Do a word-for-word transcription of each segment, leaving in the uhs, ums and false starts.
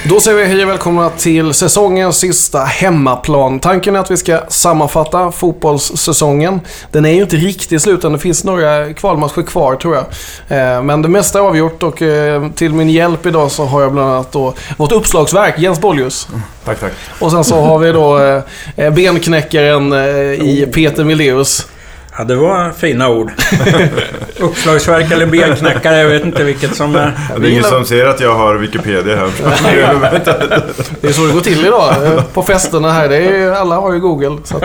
Då säger vi hej och välkomna till säsongens sista hemmaplan. Tanken är att vi ska sammanfatta fotbollssäsongen. Den är ju inte riktigt slut, det finns några kvalmatcher kvar tror jag. Men det mesta är avgjort och till min hjälp idag så har jag bland annat då vårt uppslagsverk, Jens Bollius. Tack, tack. Och sen så har vi då benknäckaren i Peter Mileus. Ja, det var fina ord. Uppslagsverk eller benknäckare, jag vet inte vilket som är. Det är ingen som ser att jag har Wikipedia här. Det är så det går till idag på festerna här. Det är, alla har ju Google. Så att,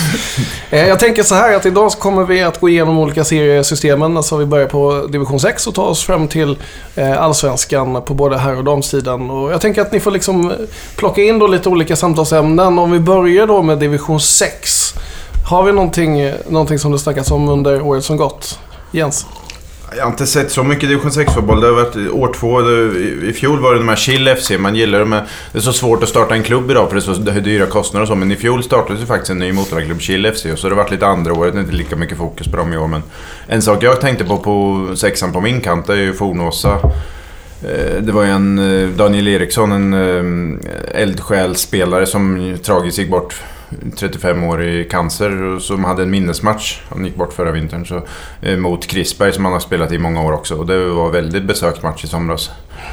eh, jag tänker så här att idag så kommer vi att gå igenom olika seriesystemen. Alltså vi börjar på division sex och tar oss fram till eh, allsvenskan på både här och damsidan. Och jag tänker att ni får liksom plocka in då lite olika samtalsämnen. Om vi börjar då med division sex. Har vi någonting, någonting som det snackas om under året som gått? Jens? Jag har inte sett så mycket division sex-fotboll. Det har varit år två. Det, i, I fjol var det de här Chill F C. Man gillar det med, det är så svårt att starta en klubb idag för det är så dyra kostnader och så. Men i fjol startades ju faktiskt en ny motorklubb, Chill F C. Och så har det varit lite andra året. Det är inte lika mycket fokus på dem i år. Men en sak jag tänkte på på sexan på min kant är ju Fornåsa. Det var ju en Daniel Eriksson, en eldsjälsspelare som tragiskt gick bort trettiofem år i cancer, som hade en minnesmatch. Han gick bort förra vintern så, mot Krisberg som han har spelat i många år också. Och det var väldigt besökt match i somras.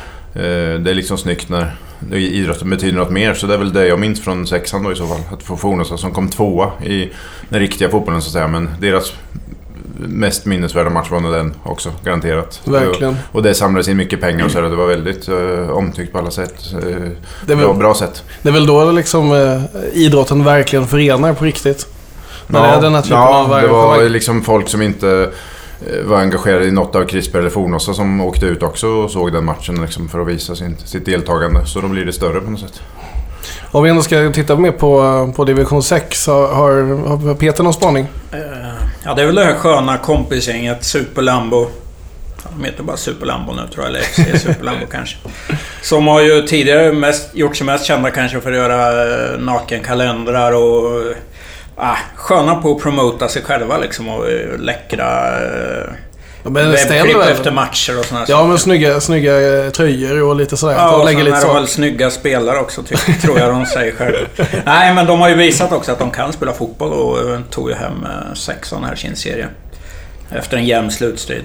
Det är liksom snyggt när idrotten betyder något mer. Så det är väl det jag minns från sexan då i så fall. Att få Fornåsa som kom tvåa i den riktiga fotbollen så att säga. Men deras mest minnesvärda match var nog den också, garanterat. Verkligen. Och, och det samlades in mycket pengar och så där. Det var väldigt uh, omtyckt på alla sätt. Uh, det är väl, bra, bra sätt. Det är väl då liksom uh, idrotten verkligen förenar på riktigt. Ja, det, är den här ja det var liksom folk som inte uh, var engagerade i något av Krisberg eller Fornåsa som åkte ut också och såg den matchen liksom, för att visa sin, sitt deltagande. Så då blir det större på något sätt. Om vi ändå ska titta mer på, på division sex, har, har Peter någon spaning? Uh, ja, det är väl det här sköna kompisgänget Super Lambo. De heter bara Super Lambo nu tror jag, eller F C Super Lambo kanske. Som har ju tidigare mest, gjort sig mest kända kanske för att göra uh, nakenkalendrar och uh, sköna på att promota sig själva liksom, och uh, läckra uh, webbklipp efter matcher och sådana. Ja, men snygga, snygga tröjor och lite sådär. Ja, och lägger sen lite är så. de väl snygga spelare också, ty- tror jag de säger själv. Nej, men de har ju visat också att de kan spela fotboll och tog ju hem sexton här sin serie efter en jämn slutstrid.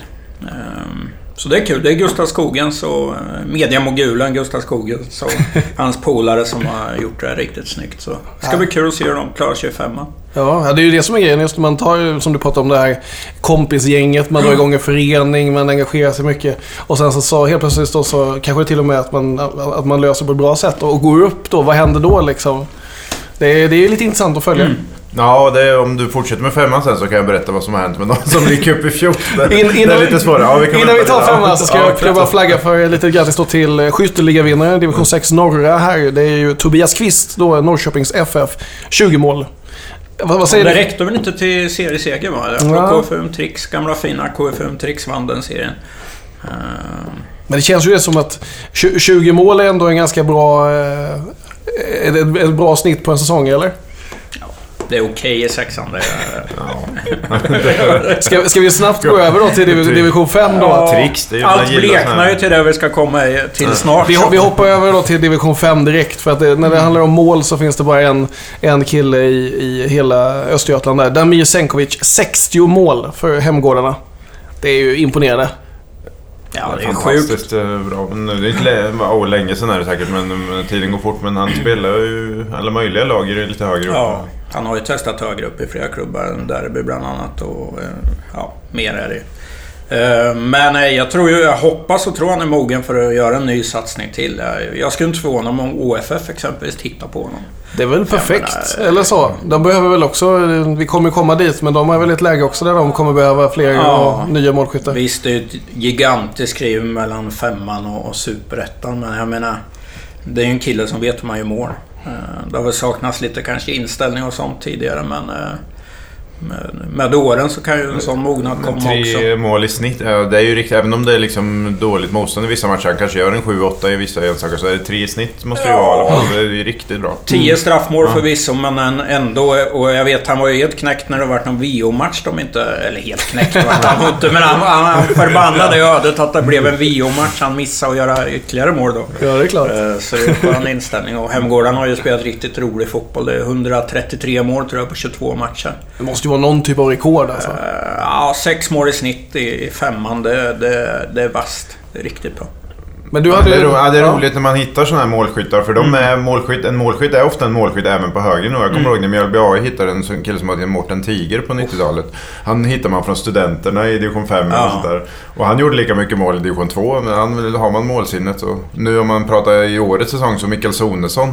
Så det är kul. Det är Gustav Skogens och mediamogulen Gustav Skogens och hans polare som har gjort det riktigt snyggt. Så det ska bli kul att se hur de klarar tjugofem. Ja, det är ju det som är grejen. Just man tar, som du pratade om, det här kompisgänget, man drar igång en förening, man engagerar sig mycket. Och sen så, så helt plötsligt då, så kanske det till och med att man, att man löser på ett bra sätt och går upp då. Vad händer då liksom? Det är, det är lite intressant att följa. Mm. Ja, det är, om du fortsätter med femman sen så kan jag berätta vad som har hänt med någon som gick upp i fjol. Det, In, innan, det är lite svårare. Ja, vi innan vi tar femman så ska ja, jag bara flagga för lite grattis då till skytteligavinnare division sex norra här. Det är ju Tobias Kvist då, Norrköpings F F, tjugo mål. Vad, vad säger det du? räckte väl inte till serieseger, va? Ja. K F M Trix, gamla fina K F M Trix vann den serien. Uh... Men det känns ju det som att tjugo mål är ändå en ganska bra eh, ett, ett bra snitt på en säsong, eller? Det är okej okay i sexan. Det är, ja. ska, ska vi snabbt gå över då till div- division fem då? Ja, Trix, det är allt bleknar ju till det vi ska komma till snart. Vi, vi hoppar över då till division fem direkt. För att det, när det handlar om mål så finns det bara en, en kille i, i hela Östergötland där. Damir Senkovic, sextio mål för hemgårdarna. Det är ju imponerande. Ja, det är fantastiskt sjukt bra. Men det är inte lä- oh, länge sedan är det säkert, men tiden går fort. Men han spelar ju alla möjliga lag i lite högre upp. Ja, han har ju testat högre upp i flera klubbar, Derby bland annat, och ja, mer är det. Men jag tror ju, jag hoppas och tror han är mogen för att göra en ny satsning till. Jag skulle inte förvåna om O F F exempelvis tittar på honom. Det är väl perfekt, menar, eller så. De behöver väl också, vi kommer komma dit, men de har väl ett läge också där de kommer behöva fler ja, nya målskyttar. Visst, det är ett gigantiskt skriv mellan femman och superettan, men jag menar, det är ju en kille som vet hur man gör mål. Det har väl saknats lite kanske inställning och sånt tidigare, men Med, med åren så kan ju en sån mognad komma tre också. Tre mål i snitt, ja, det är ju riktigt, även om det är liksom dåligt motstånd i vissa matcher, kanske gör en sju åtta i vissa enstaka, så är det tre i snitt måste det ju vara, ja. Det är ju riktigt bra. Tio straffmål ja. förvisso, men ändå, och jag vet han var ju helt knäckt när det var någon V O-match de inte, eller helt knäckt var han inte, men han, han förbannade ödet att det blev en V O-match, han missade att göra ytterligare mål då. Ja, det är klart. Så det var en inställning, och Hemgården har ju spelat riktigt rolig fotboll, det är hundratrettiotre mål tror jag på tjugotvå matcher. Det måste ju vara någon typ av rekord alltså. Ja, sex mål i snitt i femman, det, det, det är vast. Det är riktigt bra. Men du hade... ja, det är, ro, ja, det är roligt när man hittar såna här målskyttar, för de är målskytt, en målskytt är ofta en målskytt även på höger nu. Jag kommer mm. ihåg när Mjölby A I hittade en kille som hade en Mårten Tiger på nittiotalet. Han hittar man från studenterna i division fem ja. och sånt där. Och han gjorde lika mycket mål i division två, men han har man målsinnet. Och nu om man pratar i årets säsong så Mikael Sonesson,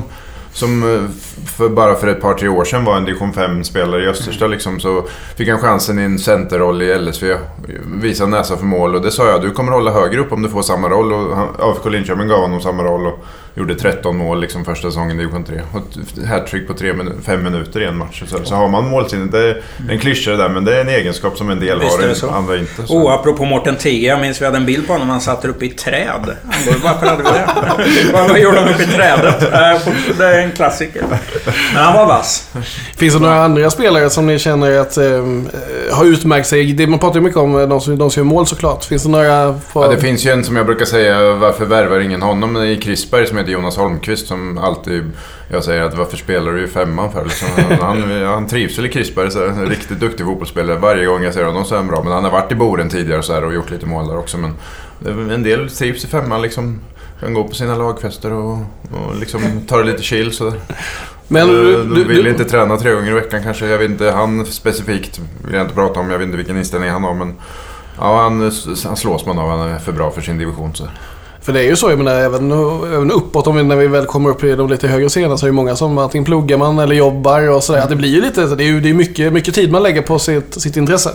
som för bara för ett par tre år sedan var en division fem-spelare i Österstad liksom, så fick han chansen i en centerroll i L S V, visa näsa för mål, och det sa jag, du kommer hålla högre upp om du får samma roll, och han, A F K Linköping gav honom samma roll och gjorde tretton mål liksom första säsongen i division tre, och ett hattrick på tre minu- fem minuter i en match, så, så har man målsinnet, det är en klyscha där, men det är en egenskap som en del visst har, en, andra inte. Så. Oh, apropå Mårten Tiger, jag minns vi hade en bild på honom, han satt uppe i ett träd. Varför hade vi det? Vad gjorde han uppe i trädet? Det är en klassiker. Men han var vass. Finns det några andra spelare som ni känner att eh, har utmärkt sig? Det man pratar ju mycket om de som, de som gör mål såklart. Finns det några på... Ja, det finns ju en som jag brukar säga, varför värvar ingen honom i Krisberg, som heter Jonas Holmqvist, som alltid jag säger att varför spelar du i femman för? Liksom, han, han trivs väl i Krisberg, så en riktigt duktig fotbollsspelare. Varje gång jag ser honom så är han bra, men han har varit i Boren tidigare så här, och gjort lite mål där också, men en del trivs i femman liksom. Kan gå på sina lagfester och, och liksom ta det lite chill så där. Men du, du vill du, inte träna tre gånger i veckan kanske. Jag vet inte, han specifikt vill jag inte prata om. Jag vet inte vilken inställning han har, men ja, han, han slås man av. Han är för bra för sin division så. För det är ju så, jag menar, även, även uppåt, om vi, när vi väl kommer upp i de lite högre scenerna, så är det många som antingen pluggar man eller jobbar och sådär. Att det blir ju lite, det är ju det är mycket, mycket tid man lägger på sitt, sitt intresse.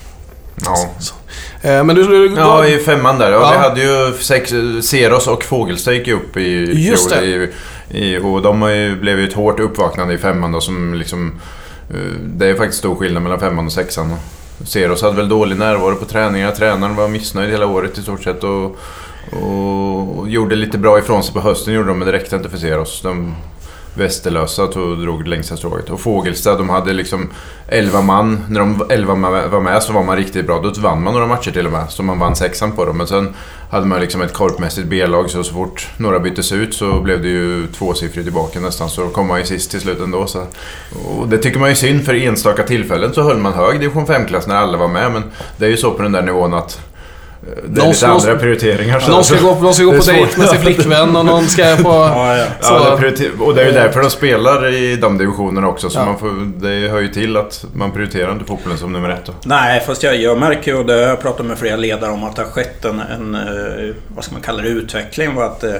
Ja. Så. Men du, du, ja, i femman där. Ja, ja. Vi hade ju sex, Seros och Fågelsta gick upp i just fjol. I, i, och de har ju, blev ju ett hårt uppvaknande i femman då, som liksom, det är faktiskt stor skillnad mellan femman och sexan. Seros hade väl dålig närvaro på träningar. Tränaren var missnöjd hela året i stort sett och, och, och gjorde lite bra ifrån sig på hösten, gjorde de, men det räckte inte för Seros. De Västerlösa tog, drog längsta strået. Och Fågelsta, de hade liksom elva man. När de elva var med så var man riktigt bra. Då vann man några matcher till och med, så man vann sexan på dem. Men sen hade man liksom ett korpmässigt B-lag, så så fort några byttes ut så blev det ju tvåsiffrigt tillbaka nästan. Så kom man ju sist till slut ändå. Så. Och det tycker man ju synd, för enstaka tillfällen så höll man hög division fem-klass när alla var med. Men det är ju så på den där nivån att det är någon, lite andra prioriteringar. Så någon ska gå, någon ska gå på dejt med sin flickvän och någon ska på... ja, ja. Ja, det prioriter- och det är ju därför de spelar i de divisionerna också. Så ja. man får, det hör ju till att man prioriterar inte fotbollen som nummer ett. Då. Nej, fast jag, jag märker ju, och det har jag pratat med flera ledare om, att det har skett en, en vad ska man kalla det, utveckling. Var att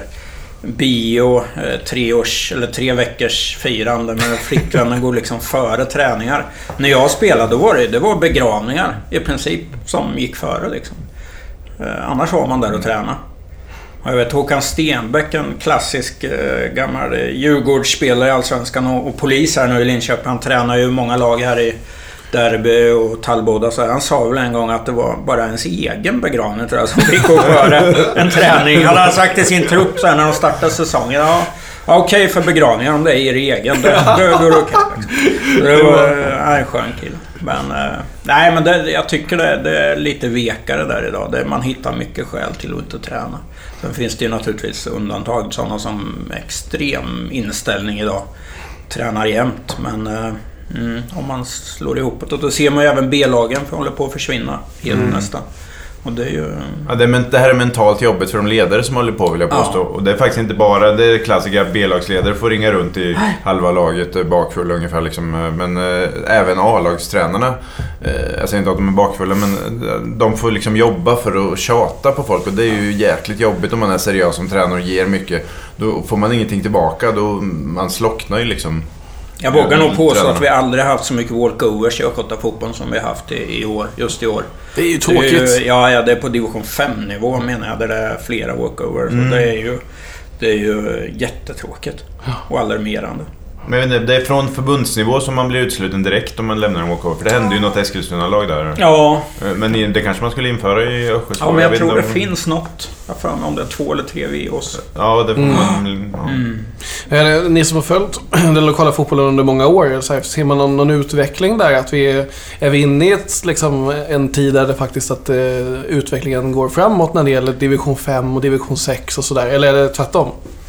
bio, tre års eller tre veckors firande med flickvännen går liksom före träningar. När jag spelade då var det, det var begravningar i princip som gick före liksom. Eh, annars var man där och träna. Och jag vet Håkan Stenbeck, en klassisk eh, gammal eh, Djurgårdsspelare i Allsvenskan och, och polis här nu i Linköping. Han tränar ju många lag här i Derby och Tallboda. Så han sa väl en gång att det var bara ens egen begravning tror jag som fick gå före en träning. Han hade sagt till sin trupp så här när de startade säsongen. Ja, ja, okej för begravningar om det är er egen. Då går det okej. Det var äh, en skön kille. Men, eh, nej, men det, jag tycker det, det är lite vekare där idag. Det, man hittar mycket skäl till att inte träna. Sen finns det ju naturligtvis undantag. Sådana som extrem inställning idag. Tränar jämt. Men eh, mm, om man slår ihop det, då ser man ju även B-lagen för håller på att försvinna helt mm. nästan. Och det är ju... ja, det, är, det här är mentalt jobbigt för de ledare som håller på, vill jag påstå. Ja. Och det är faktiskt inte bara det klassiska B-lagsledare får ringa runt i Nej. halva laget bakfull ungefär liksom. Men äh, även A-lagstränarna, äh, jag säger inte att de är bakfulla, men äh, de får liksom jobba för att tjata på folk. Och det är ju jäkligt jobbigt om man är seriös som tränare och ger mycket. Då får man ingenting tillbaka, då man slocknar ju liksom. Jag vågar nog påstå att vi aldrig haft så mycket walkovers i Östgötafotbollen som vi har haft i, i år, just i år. Det är ju tråkigt. Det är ju, ja, ja, det är på division fem-nivå menar jag, där det är flera walkovers. Mm. Och det är ju, det är ju jättetråkigt och alarmerande. Men det är från förbundsnivå som man blir utsluten direkt om man lämnar en walkover. För det hände ju något Eskilstuna-lag där. Ja. Men det kanske man skulle införa i Östgöts. Ja, men jag, jag tror det om... finns något. Jag får om det är två eller tre V O's. Ja, det får mm. man... Ja. Mm. Ni som har följt den lokala fotbollen under många år, så här, ser man någon, någon utveckling där? Att vi är, är vi inne i ett, liksom, en tid där det faktiskt att eh, utvecklingen går framåt när det gäller division fem och division sex och sådär? Eller är det tvärtom?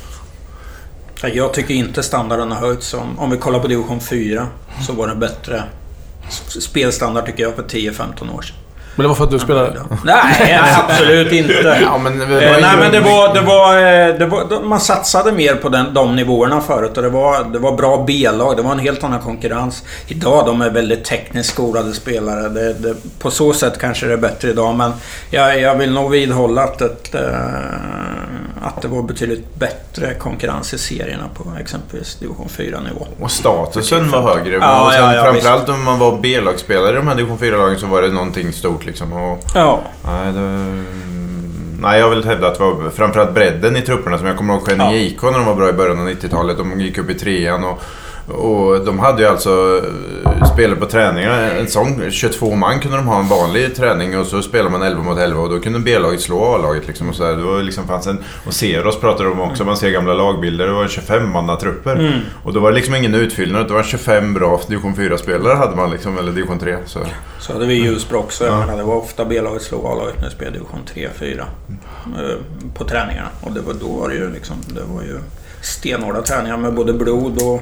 Jag tycker inte standarden har höjts. Om, om vi kollar på division fyra så var det bättre spelstandard tycker jag för tio femton år sedan. Men det var för att du spelade? Nej, absolut inte. Ja, men det var eh, nej, men det var, det var, det var... Man satsade mer på den, de nivåerna förut. Och det var, det var bra B-lag. Det var en helt annan konkurrens. Idag de är väldigt tekniskt skolade spelare. Det, det, på så sätt kanske det är bättre idag. Men jag, jag vill nog vidhålla att, ett, äh, att det var betydligt bättre konkurrens i serierna på exempelvis division fyra-nivå. Och statusen var högre. Ja, och sen, ja, ja, framförallt visst. om man var B-lagsspelare i de här division fyra-lagen så var det någonting stort. Liksom, och, ja. Nej, det, nej, jag vill hävda att det var framförallt bredden i trupperna som jag kommer ihåg Skänninge ja. I K när de var bra i början av nittiotalet. De gick upp i trean och, och de hade ju alltså spelat på träningar. En sån tjugotvå man kunde de ha en vanlig träning och så spelar man elva mot elva och då kunde B-laget slå A-laget liksom och så där. Det var liksom fanns en, och Seros pratade de också, man ser gamla lagbilder, det var tjugofem manna trupper mm. och då var det liksom ingen utfyllnad, det var tjugofem bra division fyra-spelare hade man liksom, eller division tre. Så, så hade vi Ljusbro också, jag menar, det var ofta B-laget slå A-laget när det spelade division tre fyra mm. på träningarna och det var, då var det ju liksom, det var ju stenhårda träningar med både blod och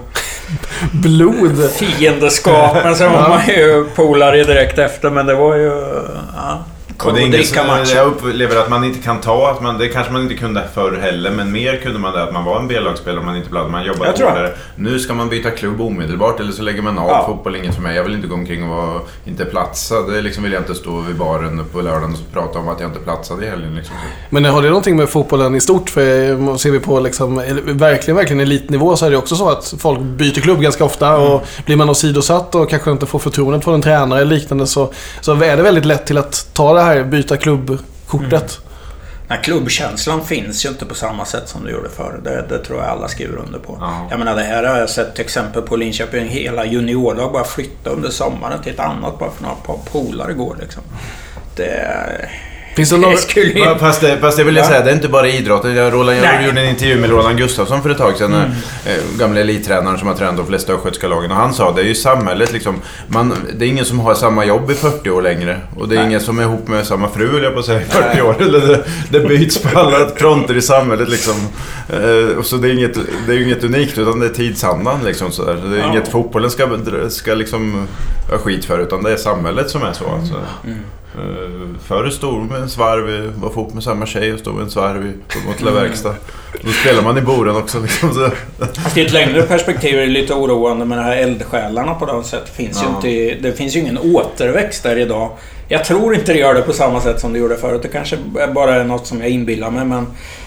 blod fiendeskap, men så var man ju polare direkt efter, men det var ju ja, och det är inget som, jag upplever att man inte kan ta att man, det kanske man inte kunde förr heller, men mer kunde man det att man var en B-lagsspelare om man inte bland man jobbade hårdare. Nu ska man byta klubb omedelbart eller så lägger man av ja. Fotboll, inget för mig. Jag vill inte gå omkring och vara, inte platsa. Det liksom vill jag inte stå vid baren på lördagen och prata om att jag inte platsade i helgen liksom. Men har det någonting med fotbollen i stort? För ser vi på liksom, verkligen, verkligen elitnivå så är det också så att folk byter klubb ganska ofta mm. och blir man åsidosatt och kanske inte får förtroendet från en tränare eller liknande så, så är det väldigt lätt till att ta det här byta klubbkortet. Mm. Nej, klubbkänslan finns ju inte på samma sätt som det gjorde förr. Det, det tror jag alla skriver under på. Ja. Jag menar, det här har jag sett exempel på Linköping. Hela juniorlag bara flytta under sommaren till ett annat bara för några par polare går liksom. Det... Finns det några... Skulle... Fast, det, fast det vill jag ja. Säga, det är inte bara idrott. Jag, Roland, jag gjorde en intervju med Roland Gustafsson för ett tag sedan, mm. äh, gamla elittränaren som har tränat de flesta östgötska lagen. Och han sa, det är ju samhället liksom, man, det är ingen som har samma jobb i fyrtio år längre. Och det är Nej. Ingen som är ihop med samma fru, eller jag på att säga, i fyrtio år. Eller det, det byts på alla fronter i samhället liksom. Äh, så det är inget, det är ju inget unikt, utan det är tidsandan liksom sådär. Det är ja. Inget fotbollen ska, ska liksom ha skit för, utan det är samhället som är så alltså. Mm. Uh, förr stod med en svarv, var fot med samma tjej och stod med en svarv mot la verkstad. Då spelar man i boren också liksom, så. Alltså, i ett längre perspektiv är det lite oroande med de här eldsjälarna på något sätt. Finns ja. Ju inte, det finns ju ingen återväxt där idag. Jag tror inte det gör det på samma sätt som det gjorde förut. Det kanske bara är något som jag inbillar mig, men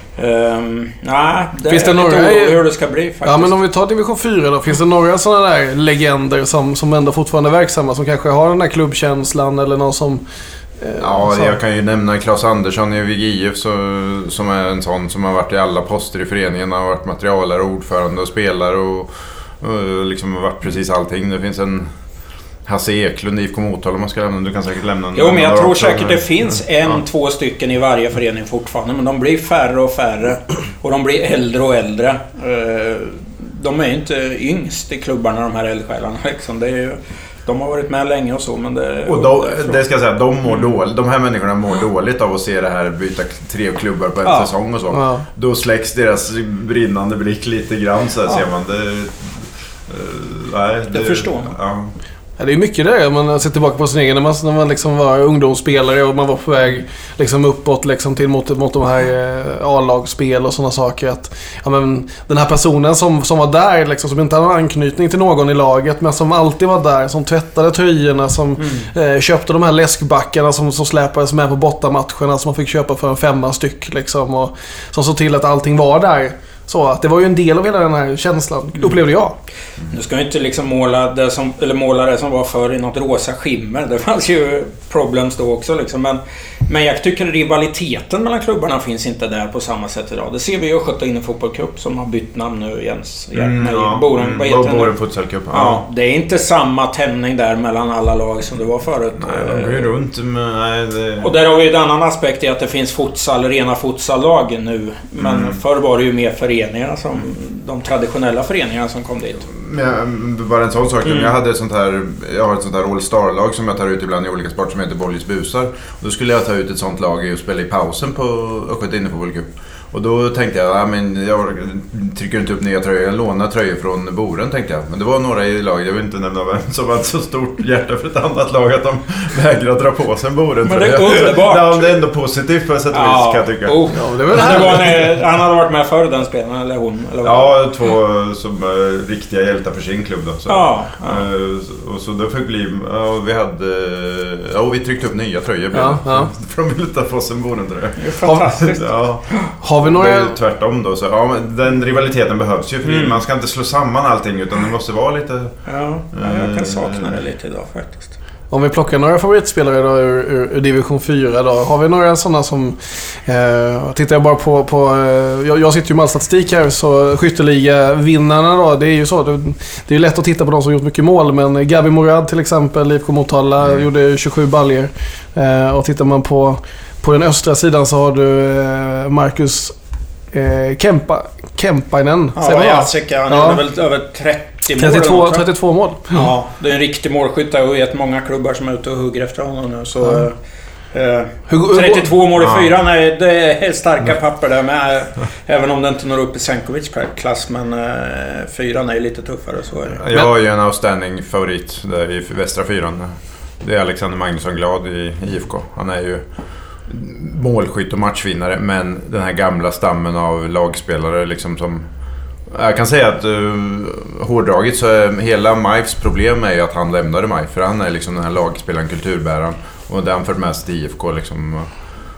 Um, nej, det finns det några hur det ska bli faktiskt. Ja, men om vi tar division fyra då, finns det några sådana där legender som, som ändå fortfarande är verksamma, som kanske har den där klubbkänslan eller någon som eh, ja, så. Jag kan ju nämna Claes Andersson i V G I F så, som är en sån som har varit i alla poster i föreningen, har varit materialare, ordförande och spelare och, och liksom har varit precis allting. Det finns en Hasse Eklund i I F K Motala om man ska lämna. Du kan säkert lämna en. Jo, men jag tror säkert det finns en, ja. Två stycken i varje förening fortfarande. Men de blir färre och färre. Och de blir äldre och äldre. De är inte yngst i klubbarna, de här eldsjälarna liksom. Det är ju, de har varit med länge och så, men det... Och då, det ska jag säga, de mår mm. dåligt. De här människorna mår dåligt av att se det här byta tre klubbar på en ja. Säsong och så. Ja. Då släcks deras brinnande blick lite grann, så här, ja. Ser man. Det, uh, nej, det, det förstår man. Ja. Ja, det är mycket där man ser tillbaka på sin egen när man, när man liksom var ungdomsspelare och man var på väg liksom uppåt liksom till mot, mot de här eh, A-lagsspel och sådana saker att ja, men, den här personen som, som var där liksom, som inte hade någon anknytning till någon i laget men som alltid var där, som tvättade tröjorna, som mm. eh, köpte de här läskbackarna som, som släpades med på bortamatcherna som man fick köpa för en femma styck liksom, och som såg till att allting var där. Så att det var ju en del av hela den här känslan, upplevde jag. Du ska inte liksom måla det som, eller måla det som var förr i något rosa skimmer. Det fanns ju problems då också liksom. Men Men jag tycker rivaliteten mellan klubbarna finns inte där på samma sätt idag. Det ser vi ju Östgöta Innefotbollcup som har bytt namn nu, Jens. Mm, Nej, ja. Boren, vad heter Boren det? Futsal Cup. Ja. Ja, det är inte samma tändning där mellan alla lag som det var förut. Nej, de går ju runt. Men nej, det... Och där har vi en annan aspekt i att det finns futsal, rena futsallag nu. Men Mm. förr var det ju mer föreningar som de traditionella föreningarna som kom dit. Men, bara en sån sak. Mm. Jag hade ett sånt här, jag har ett sånt här All-Star-lag som jag tar ut ibland i olika sport som heter Bollys Busar. Då skulle jag ta ut ett sånt lag och spela i pausen på Östgöta Innefotbollcup. Och då tänkte jag, ja, men jag trycker inte upp nya tröjor, jag lånar tröjor från Boren, tänkte jag. Men det var några i laget, jag vill inte nämna vem, som hade så stort hjärta för ett annat lag att de vägrade dra på sig en Boren. Men det är underbart. Ja, det är ändå positivt på ett sätt och vis, kan jag tycka. Oh. Ja, det var Men det var en, han hade varit med förr, den spelaren, eller hon? Eller vad? Ja, två som är riktiga hjältar för sin klubb då. Så. Ja, ja. Uh, och så då fick bli, ja, vi hade, ja, och vi tryckte upp nya tröjor. Ja, ja. För de ville ta på sig en Boren, tror jag. Det är fantastiskt. Ja. Har vi Det några... är ju tvärtom då. Så, ja, men den rivaliteten behövs ju, för Mm. man ska inte slå samman allting, utan det måste vara lite... Ja, jag kan sakna det lite idag faktiskt. Om vi plockar några favoritspelare då ur, ur, ur division fyra då. Har vi några sådana som... Eh, tittar jag bara på... på eh, jag, jag sitter ju med all statistik här, så skytteliga-vinnarna då, det är ju så. Det, det är ju lätt att titta på de som gjort mycket mål, men Gabi Morad till exempel, I F K Motala, mm. gjorde tjugosju baljer. Eh, och tittar man på, på den östra sidan så har du eh, Marcus eh, Kempa, Kempainen. Ja, Jacek, han ja. är väl över trettio mål. trettiotvå, trettiotvå mål. Ja, det är en riktig målskytt och vet många klubbar som är ute och hugger efter honom nu. Så, ja. eh, hur, trettiotvå mål i ja. fyran, nej, det är starka papper där med. Även om det inte når upp i Senkovic klass, men eh, fyran är lite tuffare, så är det. Jag har ju en outstanding favorit där i västra fyran. Det är Alexander Magnusson Glad i I F K. Han är ju målskytt och matchvinnare, men den här gamla stammen av lagspelare liksom som... Jag kan säga att uh, hårdraget så är hela Majfs problem är ju att han lämnade Majf, för han är liksom den här lagspelaren, kulturbäraren, och det han fört med sig till I F K liksom uh,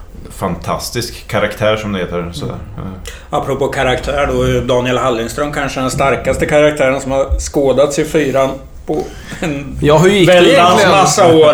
fantastisk karaktär som det heter sådär. Uh. Apropå karaktär då är Daniel Hallingström kanske den starkaste karaktären som har skådats i fyran på en ja, hur gick väldans det massa år.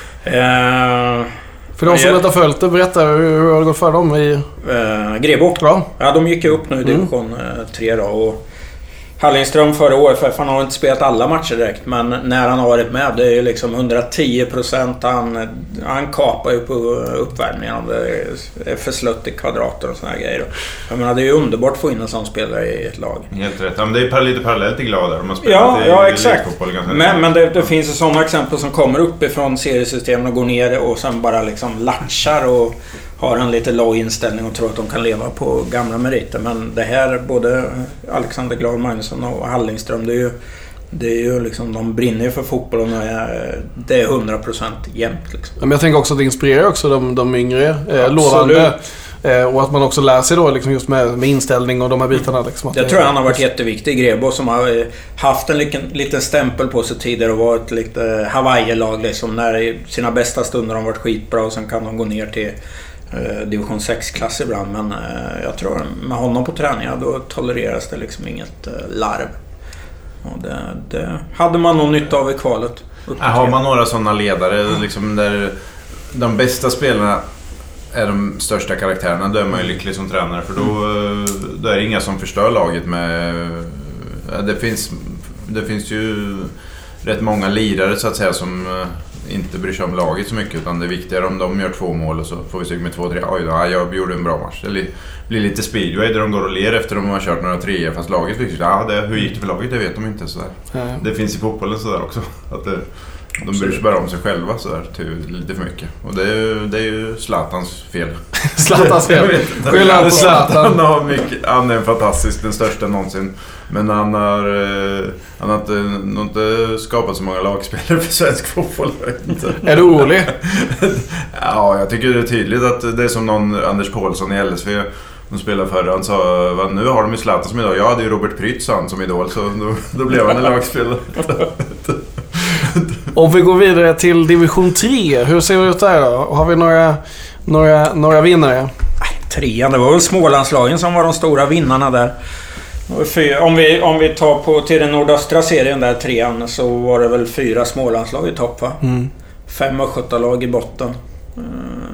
uh, För de som inte har följt det, berätta hur har det gått för dem i... Uh, Grebo. Ja. Ja, de gick ju upp nu i division mm. tre då, och Hallingström förra O F F, han har inte spelat alla matcher direkt, men när han har varit med, det är ju liksom hundratio procent. Han, han kapar ju på uppvärmningen om det är för slött i kvadrater och såna här grejer. Jag menar, det är ju underbart att få in en sån spelare i ett lag. Helt rätt. Ja, men det är lite parallellt i Glad där. Man spelar ja, i, ja, i exakt. Men, men det, det finns ju sådana exempel som kommer uppifrån seriesystemen och går ner och sen bara liksom latchar och har en lite låg inställning och tror att de kan leva på gamla meriter. Men det här, både Alexander Glad Magnusson och Hallingström, det är ju, det är ju liksom, de brinner ju för fotboll och det är hundra procent jämnt liksom. Men jag tänker också att det inspirerar också de, de yngre, eh, lovande. Eh, och att man också lär sig då liksom just med, med inställning och de här bitarna. Liksom, att jag det, tror han har varit jätteviktig i Grebo, som har haft en liten, liten stämpel på sig tidigare och varit lite Hawaii-lag liksom, när i sina bästa stunder har de varit skitbra och sen kan de gå ner till eh, division sex-klass ibland. Men eh, jag tror med honom på träningar då tolereras det liksom inget eh, larv. Och det, det hade man nog nytta av i kvalet. Ja, har man några sådana ledare liksom, där de bästa spelarna är de största karaktärerna, då är man ju lycklig som tränare, för då, då är det inga som förstör laget med... Det finns, det finns ju rätt många lirare så att säga som inte bryr sig om laget så mycket, utan det är viktigare om de gör två mål och så får vi stryk med två, tre. Oj då, jag gjorde en bra match. Det blir lite speedway där de går och ler efter att de har kört några treor, fast laget fick ja, det, hur gick det för laget, det vet de inte sådär. Mm. Det finns i fotbollen sådär också, att det, de bryr sig bara om sig själva sådär, lite för mycket. Och det är ju, det är ju Zlatans fel. Zlatans fel. Skylla på Zlatan. Han har mycket, han är fantastisk, den största någonsin. Men han har, han har inte, han har inte skapat så många lagspelare för svensk fotboll. Är du orolig? Ja, jag tycker det är tydligt att det är som någon Anders Paulsson i L S V. De spelade förra, han sa, nu har de ju Zlatan som idag. Ja, det är ju Robert Prytz han som idol, så då, då blev han en lagspelare. Om vi går vidare till division tre, hur ser det ut där då? Har vi några, några, några vinnare? Trean, det var väl Smålandslagen som var de stora vinnarna där. Om vi, om vi tar på till den nordöstra serien där, trean, så var det väl fyra Smålandslag i topp, va? Mm. Fem och sjutton lag i botten.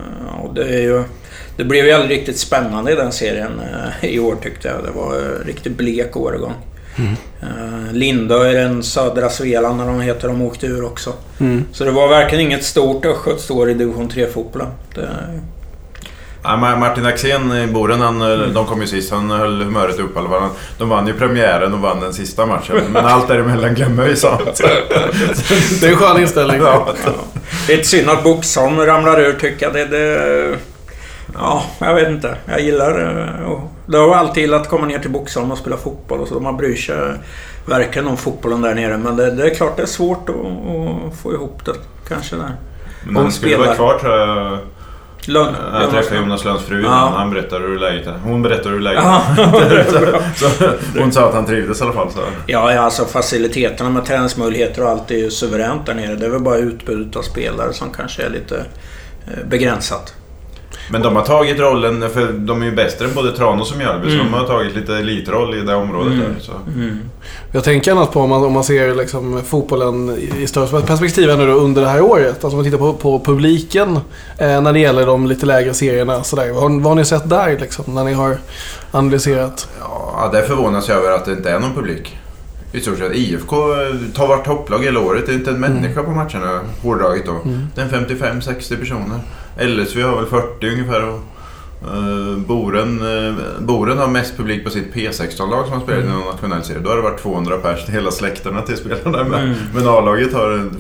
och det är ju... Det blev ju aldrig riktigt spännande i den serien eh, i år tyckte jag. Det var eh, riktigt blek årgång. Mm. Uh, Lindö i den södra Svealand när de heter, de åkte ur också. Mm. Så det var verkligen inget stort östgötskt i division tre-fotbollen. Det... Ja, Martin Axén i Boren, han, mm. de kom ju sist, han höll humöret upp. Eller de vann ju premiären och vann den sista matchen. Men allt däremellan glömmer vi sånt. Det är en skön inställning. Ja. Ja. Det är ett synd att Boxholm ramlar ur tycker jag. Det, det... Ja, jag vet inte. Jag gillar och det har alltid gillat att komma ner till Boxholm och spela fotboll och så. Man bryr sig verkligen om fotbollen där nere. Men det, det är klart det är svårt att, att få ihop det kanske där. Men han skulle vara kvar tror jag. Lön. Jag träffade Jonas Löns fru ja. Han berättade hur läget är. Hon berättade hur läget är. så, så, hon sa att han trivdes i alla fall. Så. Ja, ja, alltså faciliteterna med träningsmöjligheter och allt är ju suveränt där nere. Det är väl bara utbudet av spelare som kanske är lite begränsat. Men de har tagit rollen, för de är ju bättre än både Tranås och Mjölby, mm. så de har tagit lite elitroll i det området mm. där. Så. Mm. Jag tänker annars på om man, om man ser liksom fotbollen i större perspektiv än under det här året. Alltså om man tittar på, på publiken eh, när det gäller de lite lägre serierna. Så där. Vad, vad har ni sett där liksom, när ni har analyserat? Ja, det förvånas jag över att det inte är någon publik. I stort sett I F K tar vart topplag hela året. Det är inte en människa mm. på matcherna hårdraget då. Mm. Det är femtiofem sextio personer. L S V har väl fyrtio ungefär. Och, uh, Boren, uh, Boren har mest publik på sitt P sexton-lag som har spelat mm. i någon nationell serie. Då har det varit tvåhundra pers till hela släkterna till spelarna. Men, mm. men A-laget har... Uh,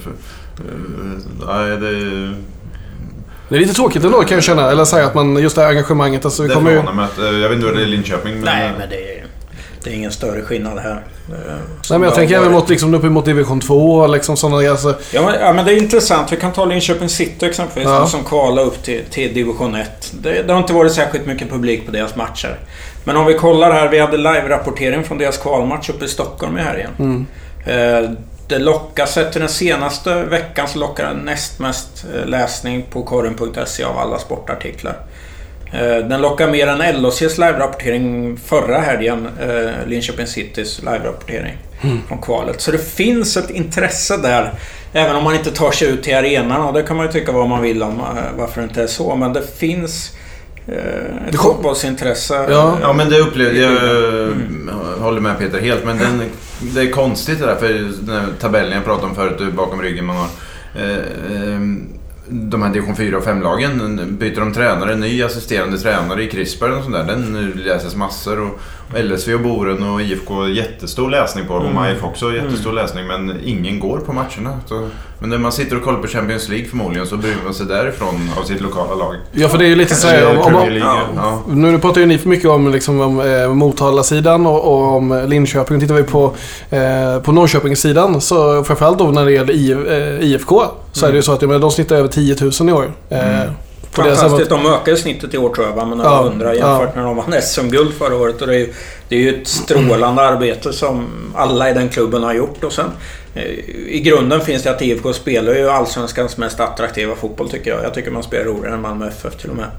nej, det är... Det är lite tråkigt ändå kan jag känna. Eller säga att man just det här engagemanget... Alltså, vi det kommer ju... med att, uh, jag vet inte vad det är i Linköping. Men, nej, men det är... Det är ingen större skillnad här. Nej, men jag tänker även mot, liksom, upp mot division två liksom sådana alltså. ja, men, ja, men det är intressant. Vi kan ta Linköping City exempelvis ja. som kvalar upp till, till division ett. Det, det har inte varit särskilt mycket publik på deras matcher. Men om vi kollar här, vi hade live-rapportering från deras kvalmatch uppe i Stockholm i helgen. Mm. Eh, det lockas efter den senaste veckan så lockar det näst mest läsning på korren punkt se av alla sportartiklar. Den lockar mer än L O C:s live-rapportering förra helgen, eh, Linköping Citys live-rapportering mm. från kvalet. Så det finns ett intresse där, även om man inte tar sig ut till arenan. Och det kan man ju tycka vad man vill om varför det inte är så. Men det finns eh, ett fotbollsintresse. Ja. ja, men det upplevde jag. Mm. Håller med Peter helt, men den, det är konstigt det där, för den här tabellen jag pratade om förut bakom ryggen man har. Eh, eh, de här division fyra och fem-lagen byter de tränare, ny assisterande tränare i Krisper och sånt där. Den läses massor och L S V och Boren och I F K jättestor läsning på och M I F också jättestor mm. läsning, men ingen går på matcherna. Så, men när man sitter och kollar på Champions League förmodligen så bryr man sig därifrån av sitt lokala lag. Ja, för det är ju lite så här, om, om, om, ja. Ja. Nu pratar ju ni för mycket om, liksom, om eh, Motala-sidan och, och om Linköping. Tittar vi på, eh, på Norrköpingssidan så framförallt då när det gäller I, eh, I F K så mm. är det ju så att ja, de snittar över tio tusen i år. Eh, mm. Fantastiskt, de ökade snittet i år tror jag med några ja, hundra jämfört ja. när de vann S M-guld förra året. Och det är ju, det är ju ett strålande mm. arbete som alla i den klubben har gjort. Och sen i grunden finns det att I F K spelar ju allsvenskans mest attraktiva fotboll tycker jag. Jag tycker man spelar roligare än Malmö F F till och med.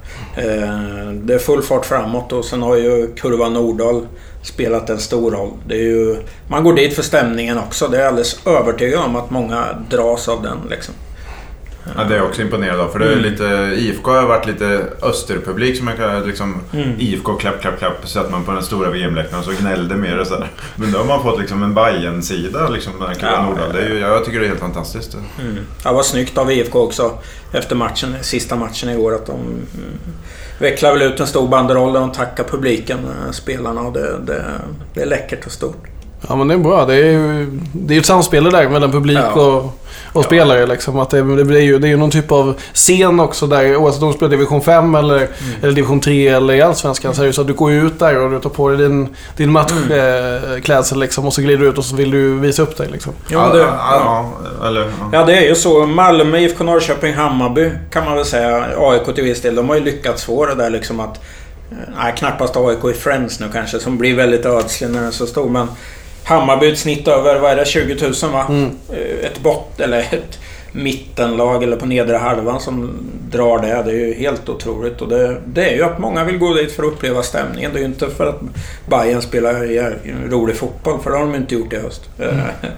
Det är full fart framåt och sen har ju Kurva Nordahl spelat en stor roll. Det är ju, man går dit för stämningen också. Det är alldeles övertygad om att många dras av den liksom. Ja, det är också imponerad av, för det är lite, I F K har varit lite österpublik som man kan liksom, mm. I F K klapp, klapp, klapp, så att man på den stora V M-läktaren så gnällde mer och sådär. Men då har man fått liksom en Bayern-sida liksom, den ja, Nordahl. Det är ju, jag tycker det är helt fantastiskt. Mm. Det var snyggt av I F K också efter matchen, sista matchen igår, att de mm, vecklar väl ut en stor banderoll och de tackar publiken, spelarna, och det, det, det är läckert och stort. Ja, men det är bra. Det är ju det är ett samspel där mellan publik ja. och, och ja. spelare. Liksom. Att det, det, blir ju, det är ju någon typ av scen också där, oavsett om du spelar division fem eller, mm. eller division tre eller i Allsvenskan, så är det så att du går ut där och du tar på dig din, din matchklädsel mm. liksom, och så glider du ut och så vill du visa upp dig. Liksom. Ja, det, ja. Ja, eller, ja. ja, det är ju så. Malmö, I F K Norrköping, Hammarby kan man väl säga, A I K till viss del, de har ju lyckats få det där liksom att, nej, knappast A I K i Friends nu kanske, som blir väldigt ödslig när den är så stor, men Hammarby ett snitt över, vad är det, tjugo tusen va? Mm. Ett bott eller ett mittenlag eller på nedre halvan som drar det. Det är ju helt otroligt. Och det, det är ju att många vill gå dit för att uppleva stämningen. Det är ju inte för att Bayern spelar rolig fotboll, för det har de inte gjort i höst. Mm.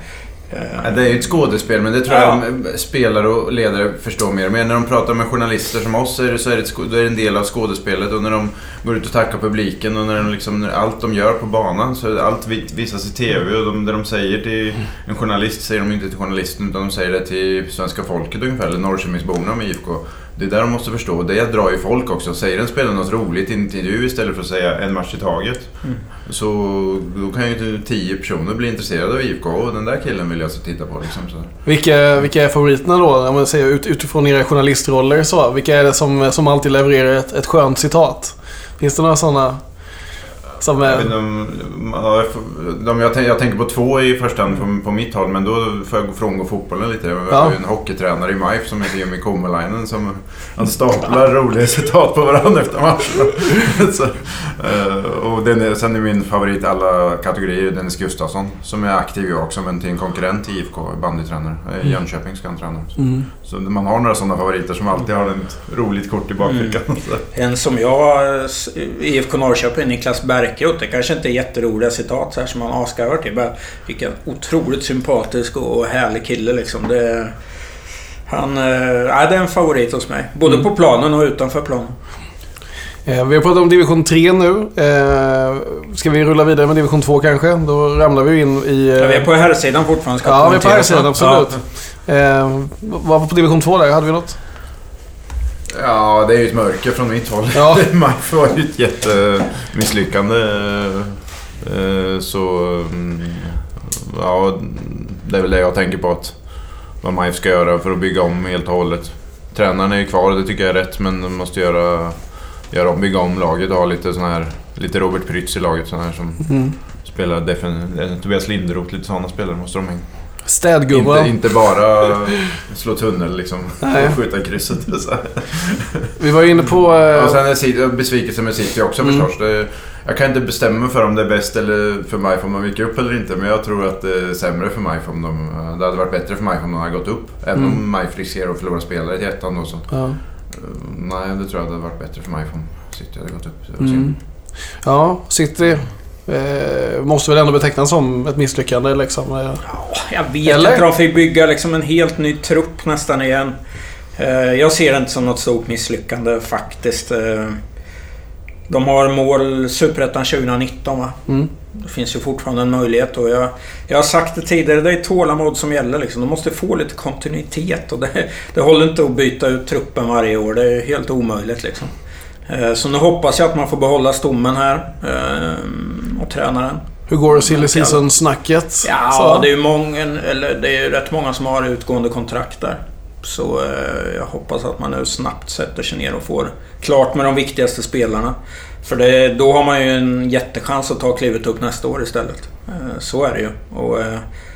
Ja, det är ju ett skådespel, men det tror ja. jag spelare och ledare förstår mer. Men när de pratar med journalister som oss så är det, så är det, ett, då är det en del av skådespelet. Och när de går ut och tackar publiken och när de liksom, när allt de gör på banan så allt visas i tv. Och de, det de säger till en journalist säger de inte till journalisten utan de säger det till svenska folket ungefär. Eller Norrköpingsborna med I F K. Det är där de måste förstå. Det drar ju folk också. Säger en spelare något roligt i en intervju istället för att säga en match i taget. Mm. Så då kan ju tio personer bli intresserade av I F K och den där killen vill jag så titta på. Liksom, så. Vilka, vilka är favoriterna då? Om man säger ut, utifrån era journalistroller så. Vilka är det som, som alltid levererar ett, ett skönt citat? Finns det några sådana? Som är... de, de, de, jag, tänk, jag tänker på två i första hand på, på mitt håll, men då får jag gå frångå fotbollen lite. Jag har ja. en hockeytränare i M I F som heter Jimmy Komalainen som han staplar roliga citat på varandra efter matchen. Så, och den är, sen är min favorit alla kategorier Dennis Gustafsson som är aktiv jag också, men till en konkurrent i I F K, bandytränare. I Jönköping ska han träna. Mm. Så man har några sådana favoriter som alltid har ett roligt kort i bakfickan. Mm. En som jag, I F K Norrköping, Niklas Berg. Det kanske inte är jätteroliga citat så här som man avskarvar till. Bara, vilken otroligt sympatisk och härlig kille liksom. Det, han, äh, det är en favorit hos mig. Både mm. på planen och utanför planen. Eh, vi har pratat om division tre nu. Eh, ska vi rulla vidare med division två kanske? Då ramlar vi in i... Eh... Ja, vi är på här sidan fortfarande. Ja, vi är på här sidan, absolut. Ja. Eh, vad var på division två där? Hade vi något? Ja, det är ju ett mörker från mitt håll. Ja. M I F var ju ett jättemisslyckande. Så ja, det är väl det jag tänker på att vad M I F ska göra för att bygga om helt och hållet. Tränaren är ju kvar, det tycker jag är rätt, men de måste göra, göra om, bygga om laget och ha lite sån här, lite Robert Prytz i laget sån här som mm. spelar definitivt. Tobias Linderoth, lite sådana spelare måste de hänga. Städgubbar. Inte, inte bara slå tunnel liksom och skjuta krysset. Så. Vi var inne på... Uh... Och sen är besvikelse med City också mm. förstås. Det, jag kan inte bestämma för om det är bäst eller för mig om de gick upp eller inte. Men jag tror att det är sämre för mig om de... Det hade varit bättre för mig om de hade gått upp. Även mm. om mig riskerar att förlora spelare i ettan och så. Ja. Uh, nej, det tror jag hade varit bättre för mig om City hade gått upp. Mm. Ja, City... Eh, måste väl ändå betecknas som ett misslyckande liksom. Ja, jag vet Eller? inte, de fick bygga liksom en helt ny trupp nästan igen. eh, Jag ser det inte som något stort misslyckande faktiskt. eh, De har mål Superettan tjugonitton va? Mm. Det finns ju fortfarande en möjlighet och jag, jag har sagt det tidigare, det är tålamod som gäller liksom. De måste få lite kontinuitet och det, det håller inte att byta ut truppen varje år. Det är helt omöjligt liksom. Så nu hoppas jag att man får behålla stommen här och tränaren. Hur går det silly season-snacket? Ja, så. det är ju många, eller det är rätt många som har utgående kontrakt där. Så eh, jag hoppas att man nu snabbt sätter sig ner och får klart med de viktigaste spelarna. För det, då har man ju en jättechans att ta klivet upp nästa år istället. Eh, så är det ju. Och, eh,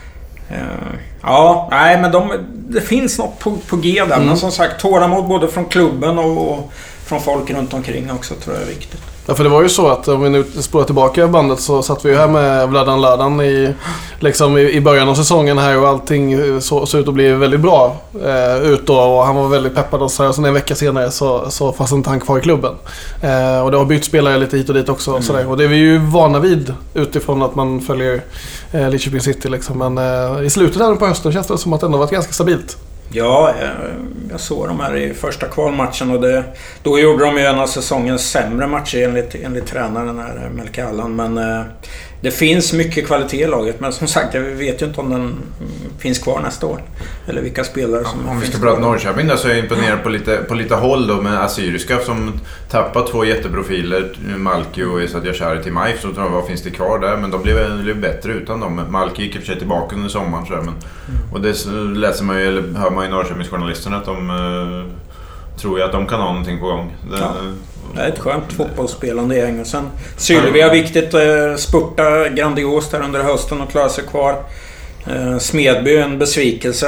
eh, ja, nej men de, det finns något på, på G där. Mm. Men som sagt, tålamod både från klubben och, och från folk runt omkring också tror jag är viktigt. Ja, för det var ju så att om vi nu spårar tillbaka bandet så satt vi ju här med Vladan Ladan i, liksom i, i början av säsongen här och allting så, så ut att bli väldigt bra eh, ut då och han var väldigt peppad och så här, och sen en vecka senare så, så fanns inte han kvar i klubben. Eh, och det har bytt spelare lite hit och dit också. Mm. Och, så där. Och det är vi ju vana vid utifrån att man följer eh, Lidköping City liksom. Men eh, i slutet här på hösten känns det som att det ändå varit ganska stabilt. Ja, jag, jag såg dem här i första kvalmatchen och det, då gjorde de ju en av säsongens sämre matcher enligt, enligt tränaren här, Melke Allan. Men eh, det finns mycket kvalitet i laget, men som sagt, jag vet ju inte om den finns kvar nästa år. Eller vilka spelare som ja, om vi ska prata Norrköping där så är jag imponerad på lite, på lite håll då med Assyriska som tappar två jätteprofiler, Malki och Esad Yashari till M I F, så tror jag vad finns det kvar där, men de blev, blev bättre utan dem. Malki gick i och för sig tillbaka under sommaren så där, men, mm. och det läser man ju, eller hör man i Norrköpingsjournalisterna att de uh, tror jag att de kan ha någonting på gång. Det, ja. Det är ett skönt fotbollsspelande gäng. Och sen Sylvia viktigt eh, spurta grandiost här under hösten och klara sig kvar. Eh, Smedby en besvikelse.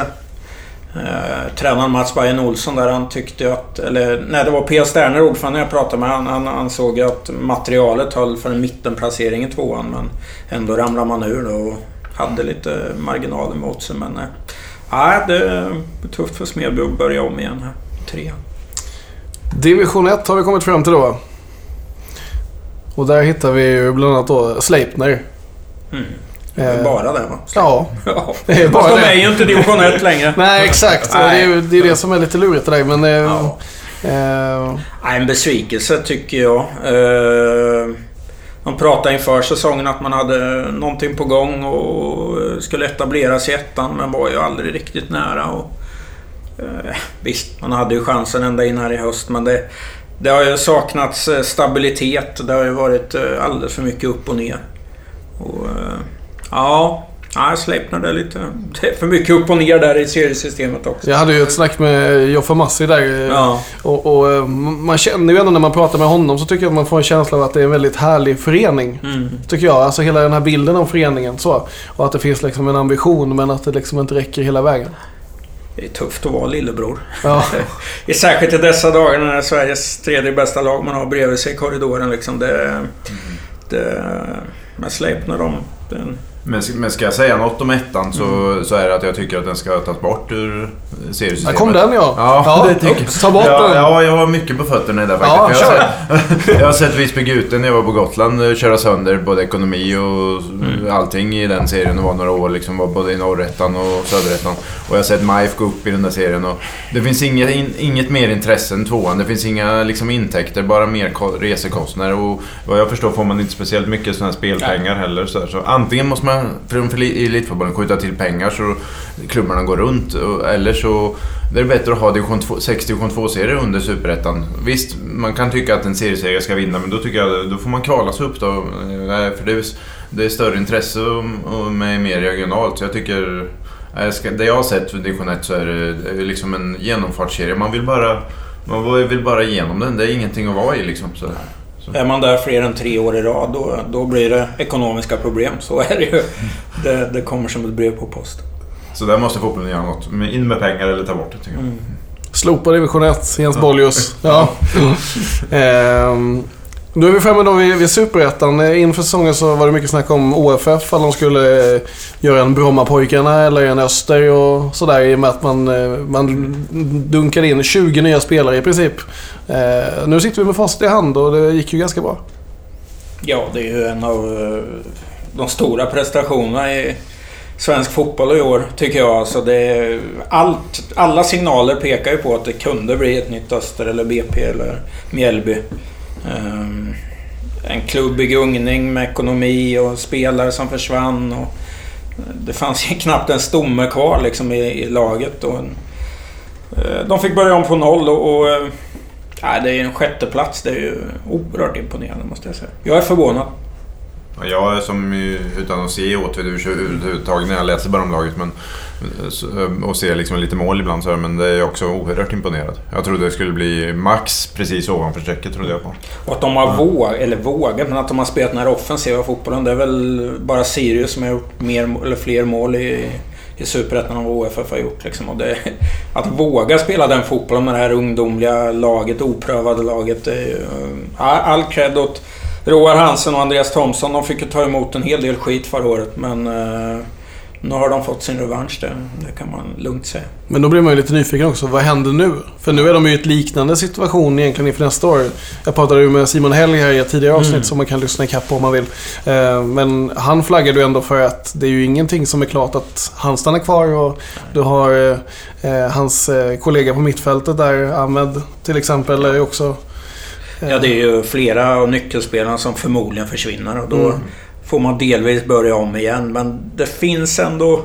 Eh, tränaren Mats Bajen Olsson där han tyckte att, eller nej det var P S Sterner ordförande jag pratade med, han, han ansåg att materialet höll för en mittenplacering i tvåan, men ändå ramlar man ur då och hade lite marginal emot sig, men nej, det är tufft för Smedby att börja om igen här, trean. Division ett har vi kommit fram till då. Och där hittar vi ju bland annat då Sleipner. Mm. Eh, bara det va? Ja. ja. Det är bara Fast de det. är ju inte division ett längre. Nej, exakt. Nej. Det är det, är det som är lite lurigt där. Men, eh, ja. eh, En besvikelse tycker jag. Eh, de pratade inför säsongen att man hade någonting på gång och skulle etableras i ettan, men var ju aldrig riktigt nära. Och, eh, visst, man hade ju chansen ända in här i höst, men det, det har ju saknats stabilitet. Det har ju varit alldeles för mycket upp och ner. Och, eh, ja... Ja, jag släppte det lite. Det är för mycket upp och ner där i seriesystemet också. Jag hade ju ett snack med Joffa Massi där. Ja. Och, och man känner ju ändå när man pratar med honom så tycker jag att man får en känsla av att det är en väldigt härlig förening. Mm. Tycker jag. Alltså hela den här bilden av föreningen. Så. Och att det finns liksom en ambition men att det liksom inte räcker hela vägen. Det är tufft att vara lillebror. Ja. Särskilt i dessa dagar när det är Sveriges tredje bästa lag man har bredvid sig i korridoren. Liksom det, mm. det, man släppnar dem. Den, Men, men ska jag säga något om ettan så, mm. så är det att jag tycker att den ska tas bort ur seriesystemet. Ja, kom den ja. Ja, ja det tycker jag. Ta bort ja, den. Ja, jag har mycket på fötterna där faktiskt. Ja, jag, har sett, jag har sett Visby Guten när jag var på Gotland köra sönder både ekonomi och mm. allting i den serien. Det var några år liksom, var både i norrettan och söderettan. Och jag har sett M I F gå upp i den där serien. Och det finns inget, in, inget mer intresse än tvåan. Det finns inga liksom, intäkter, bara mer resekostnader. Och vad jag förstår får man inte speciellt mycket sådana här spelpengar ja. heller. Så, så antingen måste man för i elitfotbollen skjuta till pengar så klubbarna går runt, eller så det är bättre att ha division två, sex division två-serier under superettan. Visst, man kan tycka att en serieserie ska vinna, men då tycker jag då får man kvala sig upp då, för det är, det är större intresse och med mer regionalt. Så jag tycker det jag har sett för division ett så är det liksom en genomfartsserie. Man vill bara man vill bara igenom den, det är ingenting att vara i liksom så. Är man där fler än tre år i rad då, då blir det ekonomiska problem. Så är det ju. Det, det kommer som ett brev på post. Så där måste fotbollen göra något. In med pengar eller ta bort det, tycker jag. Mm. Slopa division ett, Jens Bollius. Ja. ehm, då är vi framme då vid, vid superettan. Inför säsongen så var det mycket snack om O F F. Att de skulle göra en Brommapojkarna eller en Öster och sådär. I och med att man, man dunkade in tjugo nya spelare i princip. Ehm, nu sitter vi med fast i hand och det gick ju ganska bra. Ja, det är ju en av de stora prestationerna i svensk fotboll i år, tycker jag. Alltså det är allt, alla signaler pekar ju på att det kunde bli ett nytt Öster eller B P eller Mjällby. Um, en klubb i gungning med ekonomi och spelare som försvann. Och det fanns ju knappt en stomme kvar liksom i, i laget. Och en, uh, de fick börja om på noll och, och uh, ja, det är en sjätte plats. Det är ju oerhört imponerande, måste jag säga. Jag är förvånad. Jag är som utan att se åt överhuvudtaget när jag läser bara om laget men, och ser liksom lite mål ibland så här, men det är också oerhört imponerad. Jag trodde det skulle bli max precis ovanför strecket, trodde jag på. Och att de har våg, eller vågat, men att de har spelat den här offensiva fotbollen, det är väl bara Sirius som har gjort mer eller fler mål i, i Superettan än vad O F F har gjort liksom. Och det, att våga spela den fotbollen med det här ungdomliga laget, oprövade laget, det är, all cred åt Roar Hansen och Andreas Thomsson. De fick ju ta emot en hel del skit förra året, men eh, nu har de fått sin revansch, det, det kan man lugnt säga. Men då blir man ju lite nyfiken också, vad händer nu? För nu är de ju i ett liknande situation egentligen inför nästa år. Jag pratade ju med Simon Helg här i ett tidigare avsnitt mm. som man kan lyssna i kapp på om man vill. Eh, men han flaggade ju ändå för att det är ju ingenting som är klart att han stannar kvar, och du har eh, hans eh, kollega på mittfältet där, Ahmed till exempel, är ju också... Ja, det är ju flera av nyckelspelarna som förmodligen försvinner och då mm. får man delvis börja om igen. Men det finns ändå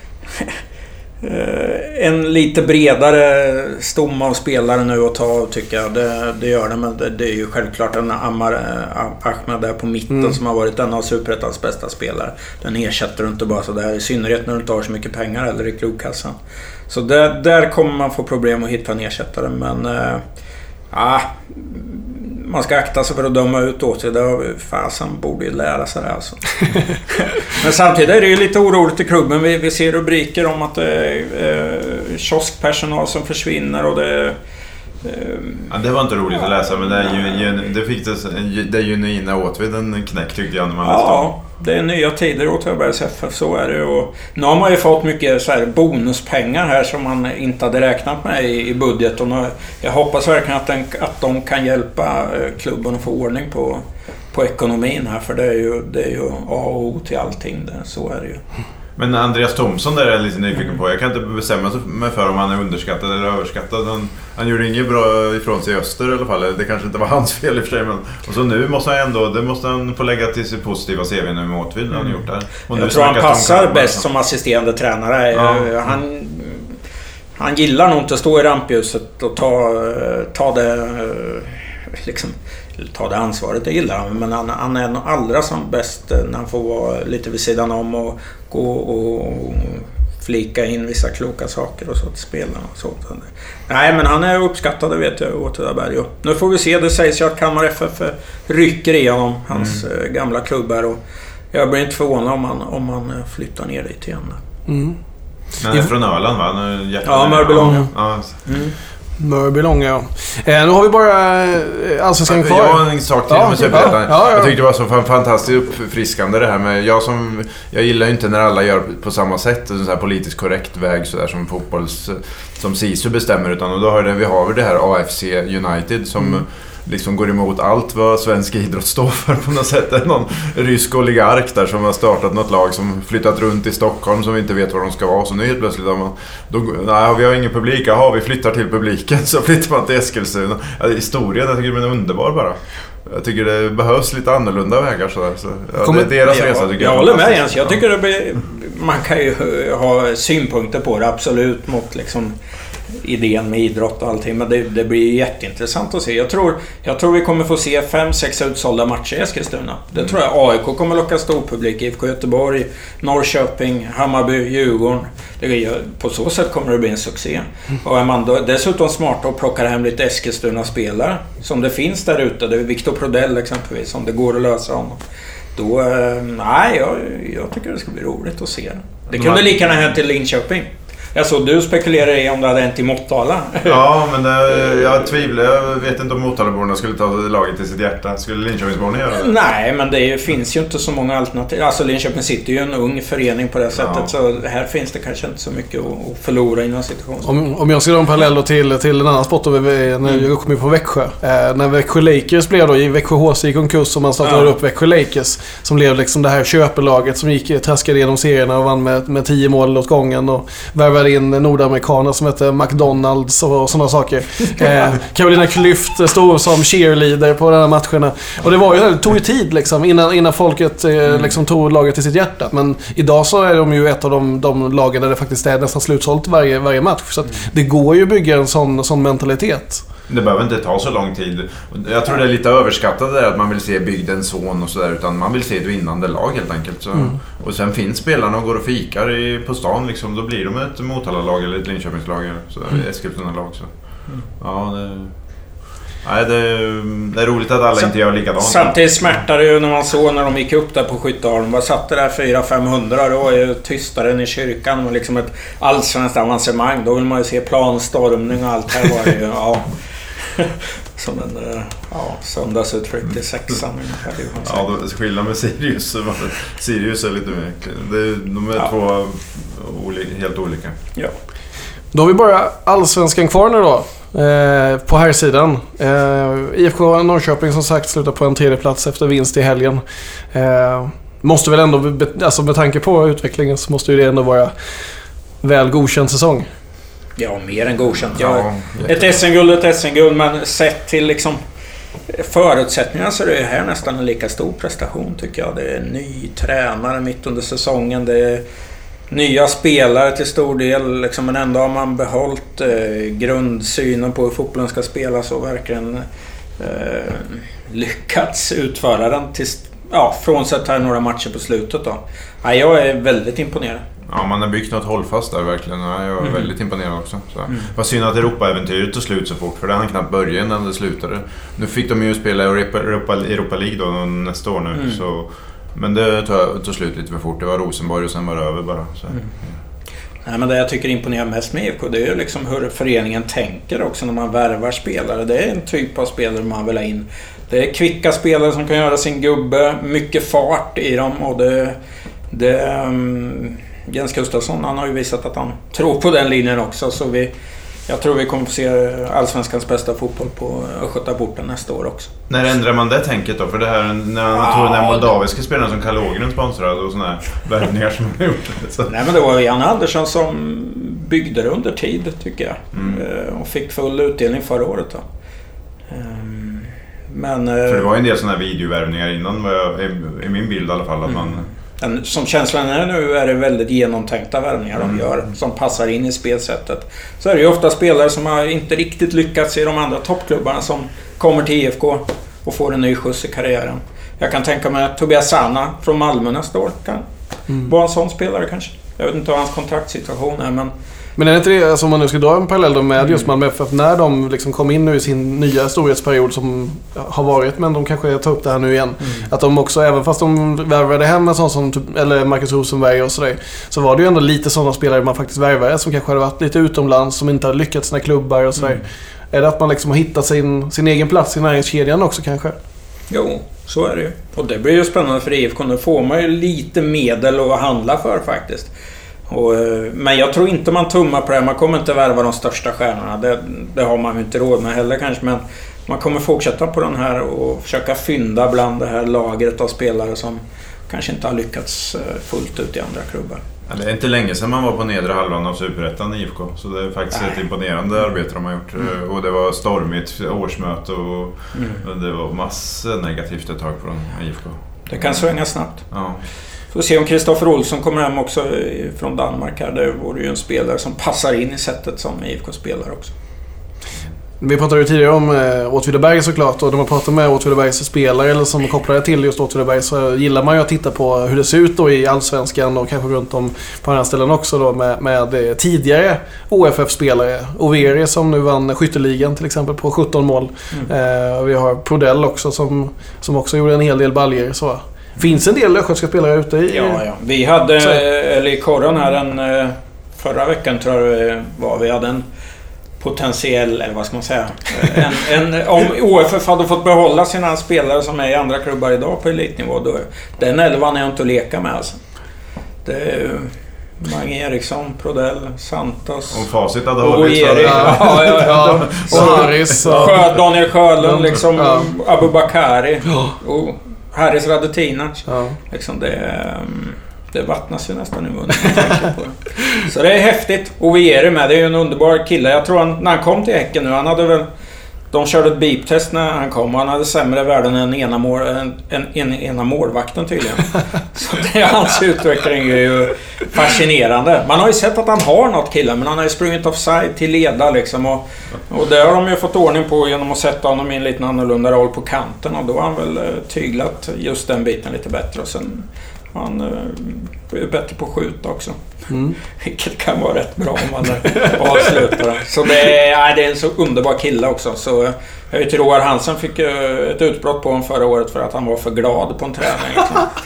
en lite bredare stomme av spelare nu att ta, tycker jag. Det, det gör det, men det, det är ju självklart en Ammar Ahmed där på mitten mm. som har varit en av Superettans bästa spelare. Den ersätter du inte bara så där, i synnerhet när du inte har så mycket pengar eller i klubkassan. Så där, där kommer man få problem att hitta en ersättare, men äh, ja... Man ska akta sig för att döma ut åt sig. Fasen borde ju lära sig det alltså. Men samtidigt är det ju lite oroligt i klubben. Vi, vi ser rubriker om att det är eh, kioskpersonal som försvinner och det... Eh, ja, det var inte roligt att läsa, men det, är ju, det fick det, det är ju genuina åtvid en knäck, tyckte jag när man läste om. Ja, det är nya tider åt Öbergs F F, så är det. Och nu har man ju fått mycket så här bonuspengar här som man inte hade räknat med i, i budgeten. Och jag hoppas verkligen att, den, att de kan hjälpa klubben att få ordning på, på ekonomin här, för det är ju, det är ju A och O till allting där, så är det ju. Men Andreas Thomsson där är jag lite nyfiken mm. på. Jag kan inte bestämma mig för om han är underskattad eller överskattad. Han, han gjorde inget bra ifrån sig i öster i alla fall. Det kanske inte var hans fel i och för sig. Men, och så nu måste han ändå, det måste han få lägga till sig positiva C V nu med Åtvid. Mm. Han gjort där. Och jag tror han passar bäst som assisterande tränare. Ja. Han, han gillar nog inte att stå i rampljuset och ta, ta det liksom... ta det ansvaret, det gillar han, men han, han är nog allra som bäst när han får vara lite vid sidan om och gå och flika in vissa kloka saker och så till spelarna och så. Nej, men han är uppskattad, det vet jag, Åtvidaberg. Nu får vi se, det sägs ju att Kalmar F F rycker i honom, hans mm. gamla klubbar, och jag blir inte förvånad om han, om han flyttar ner dit igen. Mm. Men han är från Öland, va? Ja, Mörbylånga. Ja. Mm. Mörbylånga, ja. Eh, nu har vi bara eh, Allsvenskan kvar. Jag har en sak till ja, med ja, ja, ja. Jag tyckte det var så fantastiskt uppfriskande det här med, jag som, jag gillar ju inte när alla gör på samma sätt, en sån här politiskt korrekt väg så där som fotbolls, som SISU bestämmer, utan och då har det, vi har det här A F C United som mm. liksom går emot allt vad svensk idrott står för på något sätt. Det är någon rysk oligark där som har startat något lag som flyttat runt i Stockholm som vi inte vet var de ska vara. Så nu helt plötsligt har man, då, nej, vi har ingen publik. Jaha, vi flyttar till publiken. Så flyttar man till Eskilstuna. Ja, historien, jag tycker den är underbar bara. Jag tycker det behövs lite annorlunda vägar sådär. Så, ja, det är deras jag, resa tycker jag. Jag håller med Jens. Jag tycker det blir, man kan ju ha synpunkter på det absolut mot liksom idén med idrott och allting, men det, det blir jätteintressant att se. Jag tror, jag tror vi kommer få se fem, sex utsålda matcher i Eskilstuna. Det mm. tror jag. A I K kommer locka stor publik, I F K Göteborg, Norrköping, Hammarby, Djurgården. Det, på så sätt kommer det bli en succé. Mm. Och är man då, dessutom smart och plockar hem lite Eskilstuna-spelare som det finns där ute, det är Victor Prodell exempelvis, om det går att lösa honom. Då, nej, jag, jag tycker det ska bli roligt att se. Det kunde lika gärna hänt till Linköping. Jag såg du spekulerar i om det hade hänt i Motala. Ja, men det, jag tvivlar. Jag vet inte om Motalaborna skulle ta laget till sitt hjärta. Skulle Linköpingsborna göra det? Nej, men det finns ju inte så många alternativ. Alltså Linköping sitter ju en ung förening på det sättet. Ja. Så här finns det kanske inte så mycket att förlora inom situationen. Om, om jag ska dra en parallell till, till en annan sport, när mm. jag kom på Växjö. Eh, när Växjö Lakers blev då, i Växjö H C i konkurs, och man startade ja. upp Växjö Lakers. Som blev liksom det här köpelaget som gick traskade genom serierna och vann med, med tio mål åt gången. Och värvade in nordamerikaner som heter McDonalds och sådana saker. Eh, Carolina Klüft stod som cheerleader på de här matcherna. Och det var ju, det tog ju tid liksom, innan, innan folket eh, liksom tog laget till sitt hjärta. Men idag så är de ju ett av de, de lagen där det faktiskt är nästan slutsålt varje, varje match. Så att det går ju att bygga en sån, sån mentalitet. Det behöver inte ta så lång tid. Jag tror det är lite överskattat där att man vill se bygdens son och sådär, utan man vill se ett vinnande lag helt enkelt. Så. Mm. Och sen finns spelarna och går och fikar i, på stan liksom, då blir de ett Motala-lag eller ett Linköpingslag eller så, mm. Eskilstuna-lag. Så. Mm. Ja, det... Nej, det, det är roligt att alla så, inte gör likadant. Samtidigt smärtar det ju när man såg när de gick upp där på Skytteholm. Man satt där fyra till femhundra, då är ju tystare än i kyrkan och liksom ett allsvenskt avancemang. Då vill man ju se planstormning och allt här var det ju, ja. Som en ja, söndagsutflykt till sexan. Ja, det skiljer med Sirius. Sirius är lite mer... De är ja. två olika, helt olika. Ja. Då har vi bara allsvenskan kvar nu då. Eh, på här sidan. Eh, I F K Norrköping som sagt slutar på en tredje plats efter vinst i helgen. Eh, måste väl ändå, alltså med tanke på utvecklingen så måste ju det ändå vara väl godkänd säsong. Ja, mer än godkänt. Ja, ett S M-guld ett S M-guld, men sett till liksom förutsättningarna så är det här nästan en lika stor prestation tycker jag. Det är en ny tränare mitt under säsongen, det är nya spelare till stor del liksom, men ändå har man behållit eh, grundsynen på hur fotbollen ska spelas och verkligen eh, lyckats utföra den till, ja, frånsett här några matcher på slutet då. Ja, jag är väldigt imponerad. Ja, man har byggt något hållfast där verkligen. Ja, jag är mm. väldigt imponerad också. Så. Mm. Vad synd att Europa-äventyret tog slut så fort, för det hann knappt börja innan det slutade. Nu fick de ju spela Europa, Europa, Europa League då nästa år nu. Mm. Så, men det tog, tog slut lite för fort. Det var Rosenborg och sen var det över bara. Så. Mm. Nej, men det jag tycker imponerar mest med I F K, det är ju liksom hur föreningen tänker också när man värvar spelare. Det är en typ av spelare man vill ha in. Det är kvicka spelare som kan göra sin gubbe, mycket fart i dem och det... det um, Jens Gustafsson, han har ju visat att han tror på den linjen också, så vi, jag tror vi kommer få se allsvenskans bästa fotboll på Östgötaporten nästa år också. När ändrar man det tänket då? För det här, när man ja, tog den här moldaviska spelaren som Karl Ågren sponsrade och sådana här värvningar som man har gjort. Så. Nej, men det var Jan Andersson som byggde det under tid, tycker jag. Mm. Och fick full utdelning förra året då. Men, för det var ju en del sådana här videovärvningar innan, var jag, i min bild i alla fall. Att mm. man... En, som känslan är nu är det väldigt genomtänkta värvningar mm. de gör som passar in i spelsättet. Så är det ju ofta spelare som har inte riktigt lyckats i de andra toppklubbarna som kommer till I F K och får en ny skjuts i karriären. Jag kan tänka mig att Tobias Sana från Malmö nästa år kan mm. vara en sån spelare kanske. Jag vet inte vad hans kontraktssituation är, men... Men är det inte det, alltså om man nu ska dra en parallell då med mm. just Malmö F F, när de liksom kom in nu i sin nya storhetsperiod som har varit, men de kanske tar upp det här nu igen, mm. att de också, även fast de värvade hem en sån som, eller Marcus Rosenberg och sådär, så var det ju ändå lite sådana spelare man faktiskt värvade som kanske hade varit lite utomlands, som inte hade lyckats sina klubbar och sådär. Mm. Är det att man liksom har hittat sin, sin egen plats i näringskedjan också kanske? Jo, så är det ju. Och det blir ju spännande för I F K. Nu får man ju lite medel att handla för faktiskt. Och, men jag tror inte man tummar på det. Man kommer inte värva de största stjärnorna. Det, det har man ju inte råd med heller kanske. Men man kommer fortsätta på den här och försöka fynda bland det här lagret av spelare som kanske inte har lyckats fullt ut i andra klubbar. Ja, det är inte länge sedan man var på nedre halvan av Superettan i I F K. Så det är faktiskt Nej. ett imponerande arbete de har gjort. Mm. Och det var stormigt årsmöte och, mm. och det var massor negativt ett tag på den I F K. Det kan svänga snabbt. Ja. Får se om Kristoffer Olsson kommer hem också från Danmark här. Det vore ju en spelare som passar in i sättet som I F K spelar också. Vi pratade ju tidigare om eh, Åtvidaberg såklart, och när man pratar med Åtvidabergs spelare eller som kopplar till just Åtvidaberg, så gillar man ju att titta på hur det ser ut då i Allsvenskan och kanske runt om på andra ställen också då med, med tidigare O F F-spelare. Overi som nu vann skytteligan till exempel på sjutton mål. Mm. Eh, vi har Prodell också som, som också gjorde en hel del baljer så. Finns en del östgötska spelare ute i... Ja, ja. Vi hade, eller i korren här en, förra veckan tror jag det var, vi hade en potentiell, eller vad ska man säga, en, en, om O F F hade fått behålla sina spelare som är i andra klubbar idag på elitnivå, då, den elvan är jag inte att leka med alltså. Det är Mange Eriksson, Prodell, Santos och facit hade hållit ja, ja, ja, ja. Och Harris och Sjö, Daniel Sjölund liksom, ja. Abu Bakari och Harris Radetinac ja. Liksom det, det vattnas ju nästan i munnen. Så det är häftigt. Och vi är det med. Det är ju en underbar kille. Jag tror han, när han kom till Häcken nu, han hade väl, de körde ett beep-test när han kom och han hade sämre värden än ena, mål, en, en, en, ena målvakten tydligen. Så det, hans utveckling är ju fascinerande. Man har ju sett att han har något killen, men han har ju sprungit offside till leda liksom. Och, och det har de ju fått ordning på genom att sätta honom i en lite annorlunda roll på kanten. Och då har han väl tyglat just den biten lite bättre. Och sen han är bättre på att skjuta också. Mm. Vilket kan vara rätt bra om man avslutar. Så det är, det är en så underbar kille också. Så jag vet att Roar Hansen fick ett utbrott på honom förra året för att han var för glad på en träning.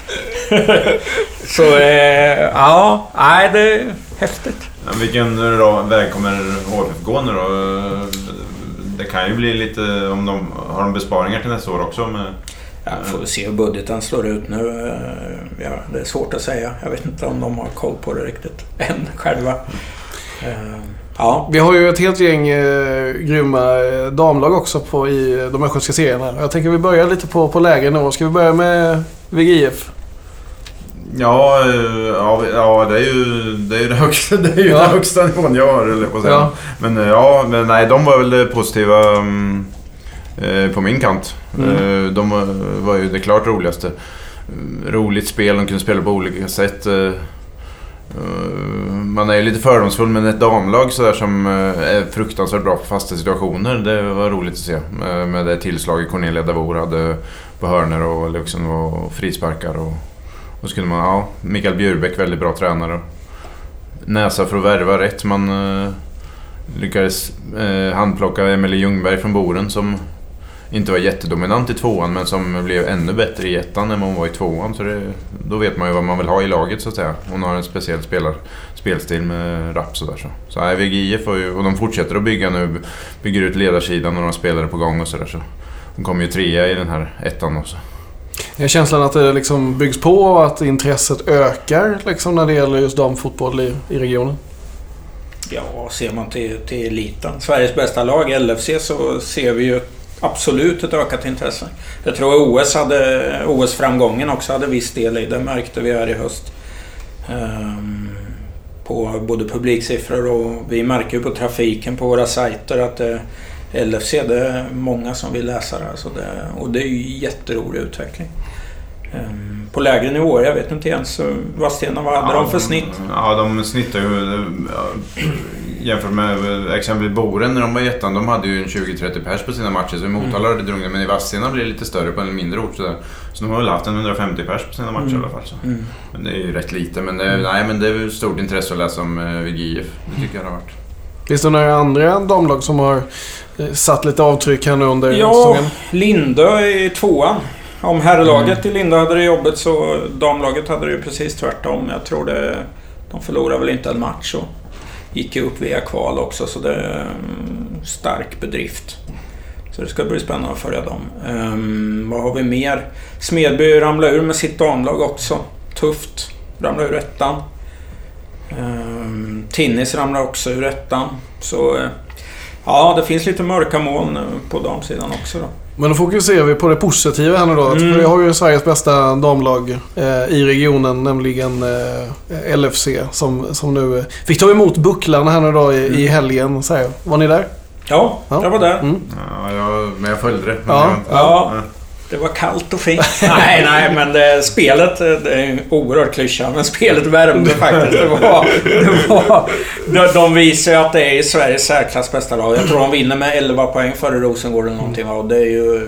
Så ja, nej, det är häftigt. Ja, vilken då, väg kommer H F F gå nu då? Det kan ju bli lite, om de har de besparingar till nästa år också med... Ja, får vi se hur budgeten slår ut nu. Ja, det är svårt att säga. Jag vet inte om de har koll på det riktigt än själva. Ja. Vi har ju ett helt gäng eh, grymma damlag också på, i de östgötska serierna. Jag tänker vi börjar lite på, på läger nu. Ska vi börja med V G I F? Ja, ja, ja, det är ju det är ju det högsta, det är ju ja. den högsta nivån jag har, eller på att säga. Ja. Men ja, men nej, de var väl positiva um, eh, på min kant. Mm. Eh, de var ju det klart roligaste. Eh, roligt spel, de kunde spela på olika sätt. Eh, eh, man är ju lite fördomsfull, men ett damlag så där som eh, är fruktansvärt bra på fasta situationer, det var roligt att se. Eh, med det tillslaget Cornelia Davor hade på hörner och, liksom, och frisparkar och och så kunde man, ja, Mikael Bjurbäck, väldigt bra tränare. Näsa för att värva rätt. Man eh, lyckades eh, handplocka Emelie Ljungberg från Boren som inte var jättedominant i tvåan, men som blev ännu bättre i ettan än hon var i tvåan. Så det, då vet man ju vad man vill ha i laget så att säga. Hon har en speciell spelar, spelstil med raps och där så. Så här, V G I F får ju, och de fortsätter att bygga nu, bygger ut ledarsidan och de spelare på gång och sådär så. De kommer ju trea i den här ettan också. Är känslan att det liksom byggs på och att intresset ökar liksom när det gäller just damfotboll i, i regionen? Ja, ser man till, till eliten, Sveriges bästa lag, L F C, så ser vi ju absolut ett ökat intresse. Jag tror O S hade, O S-framgången också hade viss del i det, märkte vi här i höst. Um, på både publiksiffror och vi märker ju på trafiken på våra sajter att det, L F C, det är många som vill läsa det, alltså det, och det är ju jätterolig utveckling. Um, på lägre nivåer, jag vet inte ens Vadstena, vad hade ja, de för snitt? Ja, de snittar ju ja, jämfört med exempelvis Boren när de var jättan, de hade ju tjugo trettio pers på sina matcher, så i Motala hade det drungit, men i Vadstena blir det lite större på en mindre ort, så, så de har väl haft en hundrafemtio pers på sina matcher mm. i alla fall. Så. Mm. Men det är ju rätt lite, men det, nej, men det är ju stort intresse att läsa om vid G I F, det tycker jag det har varit. Finns det några andra damlag som har satt lite avtryck här nu under ja, säsongen? Ja, Lindö i tvåan. Om herrlaget mm. i Lindö hade det jobbet, så damlaget hade det ju precis tvärtom. Jag tror det, de förlorade väl inte en match och gick ju upp via kval också, så det är en stark bedrift. Så det ska bli spännande att följa dem. Um, vad har vi mer? Smedby ramlade ur med sitt damlag också. Tufft. Ramlade ur ettan. Um, Tinnis ramlade också ur ettan. Så uh, ja, det finns lite mörka moln på damsidan också då. Men då fokuserar vi på det positiva här nu då. Mm. För vi har ju Sveriges bästa damlag eh, i regionen, nämligen eh, L F C, som, som nu fick ta emot bucklarna här nu då i, mm. i helgen. Så här. Var ni där? Ja, ja. jag var där. Mm. Ja, jag, men jag följde det. Ja, ja. ja. Det var kallt och fint. nej, nej, men det, spelet, det är en oerhört klyscha, men spelet värmde faktiskt. Det var, det var, de, de visar ju att det är Sveriges särklass bästa lag. Jag tror de vinner med elva poäng före Rosengård eller någonting. Och det är ju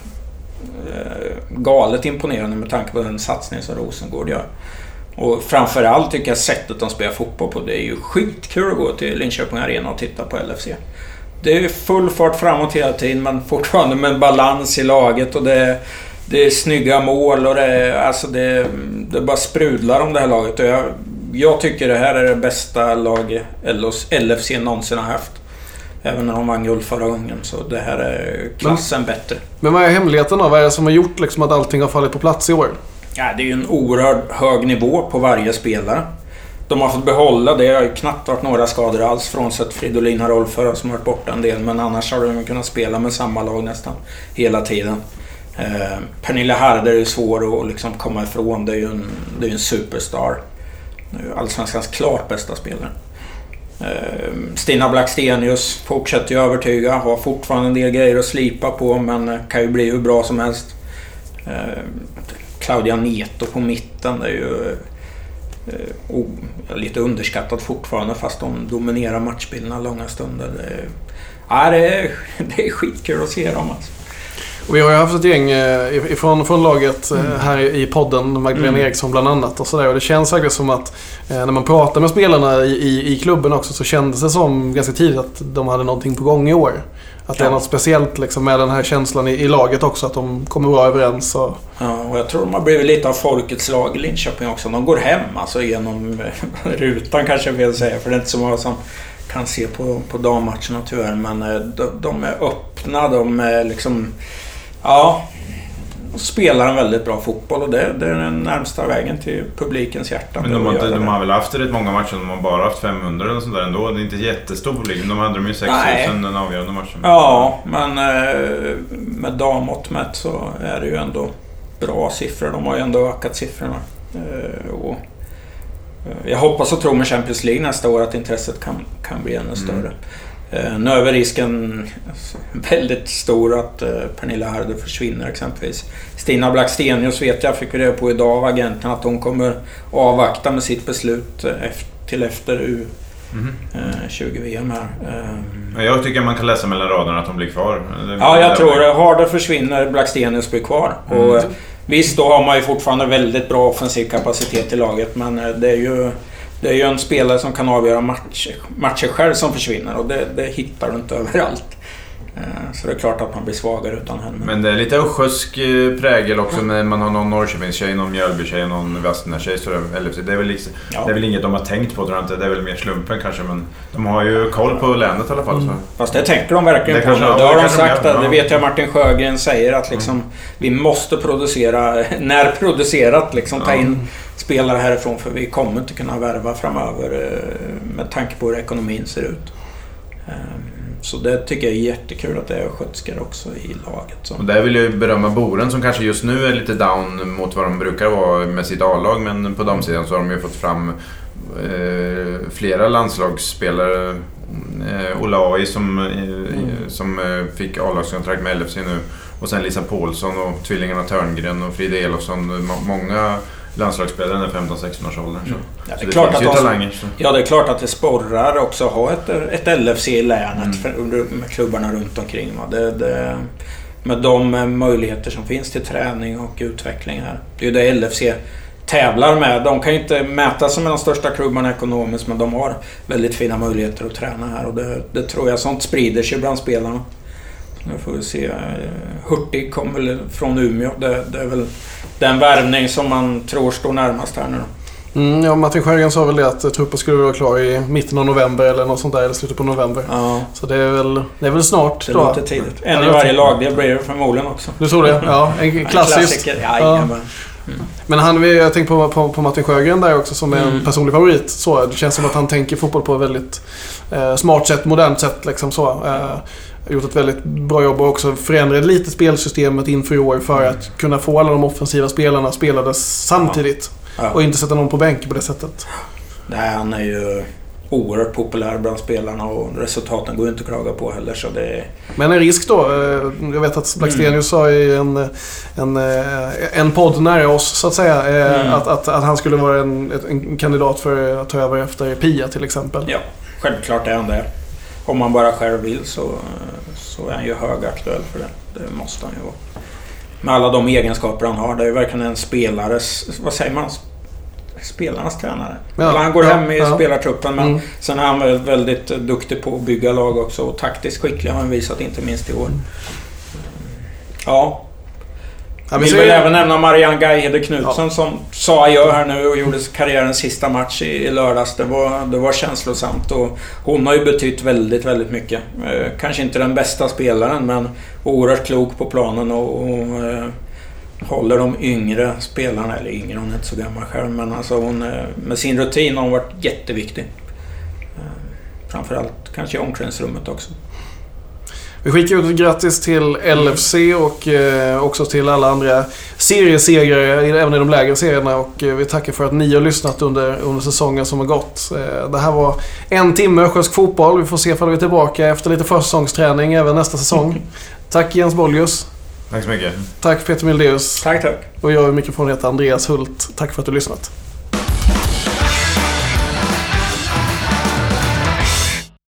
eh, galet imponerande med tanke på den satsning som Rosengård gör. Och framförallt tycker jag sättet de spelar fotboll på, det är ju skitkul att gå till Linköping Arena och titta på L F C. Det är full fart framåt hela tiden, men fortfarande med en balans i laget, och det, det är snygga mål och det, alltså det, det bara sprudlar om det här laget. Och jag, jag tycker det här är det bästa lag L F C någonsin har haft. Även när de vann guld förra gången, så det här är klassen men, bättre. Men vad är hemligheten då? Vad är det som har gjort liksom att allting har fallit på plats i år? Ja, det är ju en oerhört hög nivå på varje spelare. De har fått behålla, det har ju knappt varit några skador alls, frånsett Fridolina Rolfö som har varit borta en del, men annars har de kunnat spela med samma lag nästan hela tiden. Eh, Pernilla Harder är ju svår att liksom komma ifrån, det är ju en, det är en superstar. Det är ju allsvenskans klart bästa spelare. Eh, Stina Blackstenius fortsätter ju övertyga, har fortfarande en del grejer att slipa på, men kan ju bli hur bra som helst. Eh, Claudia Neto på mitten, det är ju Oh, lite underskattat fortfarande, fast de dominerar matchbilderna långa stunder. Det är, ja, det är, det är skitkul att se dem alltså. Och vi har ju haft ett gäng ifrån, från laget mm. här i podden, Magdalena mm. Eriksson bland annat och sådär. Och det känns faktiskt som att när man pratar med spelarna i, i, i klubben också, så kändes det som ganska tidigt att de hade någonting på gång i år. Att det är något speciellt liksom, med den här känslan i, i laget också, att de kommer vara överens. Och... Ja, och jag tror de har blivit lite av folkets lag i Linköping också. De går hem alltså genom rutan, kanske jag vill säga, för det är inte så många som kan se på, på dammatcherna tyvärr. Men de, de är öppna, de är liksom... Ja, spelar en väldigt bra fotboll, och det, det är den närmsta vägen till publikens hjärta. Men de har, inte, de har väl haft rätt många matcher, de har bara haft femhundra eller sånt där ändå. Det är inte jättestor publik, de hade de ju sex tusen den avgörande matchen. Ja, men med damått mätt så är det ju ändå bra siffror. De har ju ändå ökat siffrorna. Och jag hoppas och tror med Champions League nästa år att intresset kan, kan bli ännu större. Mm. Uh, nu är risken väldigt stor att uh, Pernilla Harder försvinner exempelvis. Stina Blackstenius vet jag, fick vi det på idag av agenten, att hon kommer avvakta med sitt beslut uh, efter, till efter U tjugo V M här. Uh, jag tycker man kan läsa mellan raderna att de blir kvar. Det, ja, jag tror det. Harder försvinner, Blackstenius blir kvar. Mm. Och, uh, visst, då har man ju fortfarande väldigt bra offensiv kapacitet i laget, men uh, det är ju Det är ju en spelare som kan avgöra matcher, matcher själv som försvinner, och det, det hittar du inte överallt. Så det är klart att man blir svagare utan henne. Men det är lite östgötsk prägel också när man har någon Norrköpingstjej, någon Mjölby-tjej, någon Västernäs-tjej. Så det, det, är väl liksom, ja. det är väl inget de har tänkt på, tror jag inte. Det är väl mer slumpen kanske, men de har ju koll på länet i alla fall. Så. Mm. Fast det tänker de verkligen det på. Kanske, det ja, har det de sagt, de att, ja. det vet jag Martin Sjögren säger att liksom, mm. vi måste producera, när producerat, liksom, ta in ja. spelare härifrån, för vi kommer inte kunna värva framöver med tanke på hur ekonomin ser ut. Så det tycker jag är jättekul att det är skötskar också i laget. Så. Och där vill jag berömma Boren som kanske just nu är lite down mot vad de brukar vara med sitt A-lag. Men på damsidan så har de ju fått fram eh, flera landslagsspelare. Eh, Ola Ai som, eh, mm. som eh, fick A-lagskontrakt med L F C nu. Och sen Lisa Paulsson och tvillingarna Törngren och Frida Elofsson. Må- många landslagsspelare är femton sexton års ålder. Så. Mm. Ja, det, så är det klart att ju de, talanger. Så. Ja, det är klart att det sporrar också att ha ett, ett L F C i länet mm. för, med klubbarna runt omkring. Det, det, med de möjligheter som finns till träning och utveckling här. Det är ju det L F C tävlar med. De kan ju inte mäta sig med de största klubbarna ekonomiskt, men de har väldigt fina möjligheter att träna här. Och det, det tror jag sånt sprider sig bland spelarna. Nu får vi se. Hurtig kommer väl från Umeå. Det, det är väl den värvning som man tror står närmast här nu då. Mm, ja, Martin Sjögren sa väl det att truppen skulle vara klar i mitten av november eller något sånt där, eller slutet på november. Ja. Så det är väl, det är väl snart. Det låter tidigt. En i varje lag, det blir det förmodligen också. Du tror det? Ja, en klassisk. Ja, ja. Mm. Men han, jag tänker på, på, på Martin Sjögren där också som är en mm. personlig favorit. Så, det känns som att han tänker fotboll på ett väldigt eh, smart sätt, modernt sätt. Liksom så. Eh, gjort ett väldigt bra jobb och också förändrat lite spelsystemet inför i år för att kunna få alla de offensiva spelarna spelades samtidigt. Ja. Ja. Och inte sätta någon på bänk på det sättet. Nej, han är ju oerhört populär bland spelarna och resultaten går inte att klaga på heller. Så det... Men en risk då, jag vet att Blackstenius mm. sa i en, en, en podd nära oss så att säga, mm. att, att, att han skulle vara en, en kandidat för att ta över efter Pia till exempel. Ja, självklart är han det. Om man bara själv vill så, så är han ju högaktuell för det. Det måste han ju vara. Med alla de egenskaper han har. Det är verkligen en spelares, vad säger man? Spelarnas tränare. Ja, han går ja, hem i ja. spelartruppen, men mm. sen är han väldigt duktig på att bygga lag också. Och taktiskt skicklig har han visat, inte minst i år. Ja. Jag vill väl även nämna Marianne Gaihede Knutsson ja. som sa jag här nu och gjorde karriärens sista match i, i lördags. Det var, det var känslosamt och hon har ju betytt väldigt, väldigt mycket. Eh, kanske inte den bästa spelaren, men oerhört klok på planen och, och eh, håller de yngre spelarna, eller yngre, hon är inte så gammal själv, men alltså hon, eh, med sin rutin har hon varit jätteviktig. Eh, framförallt kanske i omklädningsrummet också. Vi skickar ut grattis till L F C och eh, också till alla andra seriesegrare, även i de lägre serierna. Och eh, vi tackar för att ni har lyssnat under, under säsongen som har gått. Eh, det här var en timme östgötsk fotboll. Vi får se om vi är tillbaka efter lite försäsongsträning även nästa säsong. Tack Jens Bollius. Tack så mycket. Tack Peter Mildeus. Tack, tack. Och jag är mikrofonen heter Andreas Hult. Tack för att du har lyssnat.